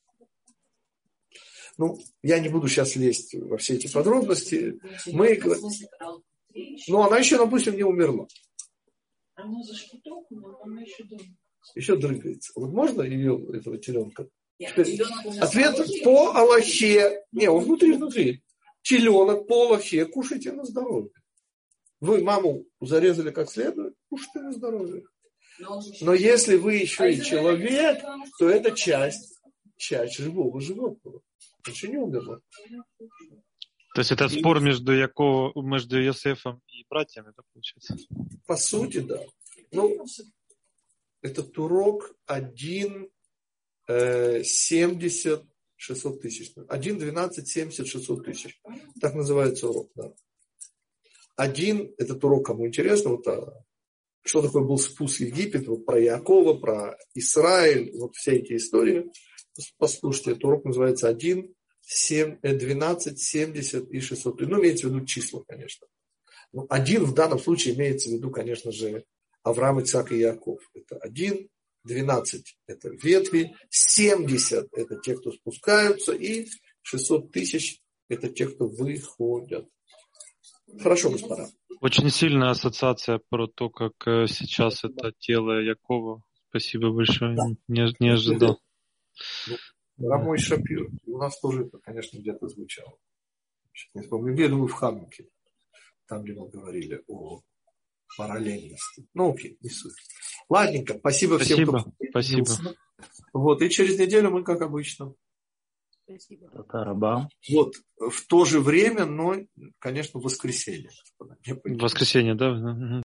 [SPEAKER 1] Ну, я не буду сейчас лезть во все эти подробности. Мы... Ну, она еще, допустим, не умерла.
[SPEAKER 2] Она за шкуток, но она еще дома.
[SPEAKER 1] Еще дрыгается. Вот можно ее, этого теленка? Теперь, ответ по Аллахе. Не, он внутри, внутри. Теленок по Аллахе кушайте на здоровье. Вы маму зарезали как следует, кушайте на здоровье. Но если вы еще и человек, то это часть, часть живого животного. Еще не умерла.
[SPEAKER 10] То есть это и... спор между Яковом, между Йосефом и братьями, это получается?
[SPEAKER 1] По сути, да. Ну, этот урок один семьдесят шестьсот тысяч. один двенадцать семьдесят шестьсот тысяч. Так называется урок, да. один, этот урок, кому интересно, вот, а, что такое был спуск в Египет, вот про Иакова, про Израиль, вот все эти истории. Послушайте, этот урок называется один, семь, двенадцать, семьдесят и шестьсот. Ну, имеется в виду числа, конечно. Ну, один в данном случае имеется в виду, конечно же, Авраам, Ицхак и Иаков. Это один, двенадцать это ветви, семьдесят это те, кто спускаются, и шестьсот тысяч это те, кто выходят. Хорошо, господа.
[SPEAKER 10] Очень сильная ассоциация про то, как сейчас это тело Якова. Спасибо большое. Да. Не, не ожидал.
[SPEAKER 1] Ну, Рамой Шапир. У нас тоже это, конечно, где-то звучало. Не вспомню. Я думаю, в Хануке. Там, где мы говорили о параллельности. Ну, окей, не суть. Ладненько. Спасибо,
[SPEAKER 10] спасибо
[SPEAKER 1] всем, кто
[SPEAKER 10] спасибо.
[SPEAKER 1] Вот, и через неделю мы, как обычно.
[SPEAKER 8] Спасибо. Татараба.
[SPEAKER 1] Вот, в то же время, но, конечно, в воскресенье.
[SPEAKER 10] В воскресенье, да?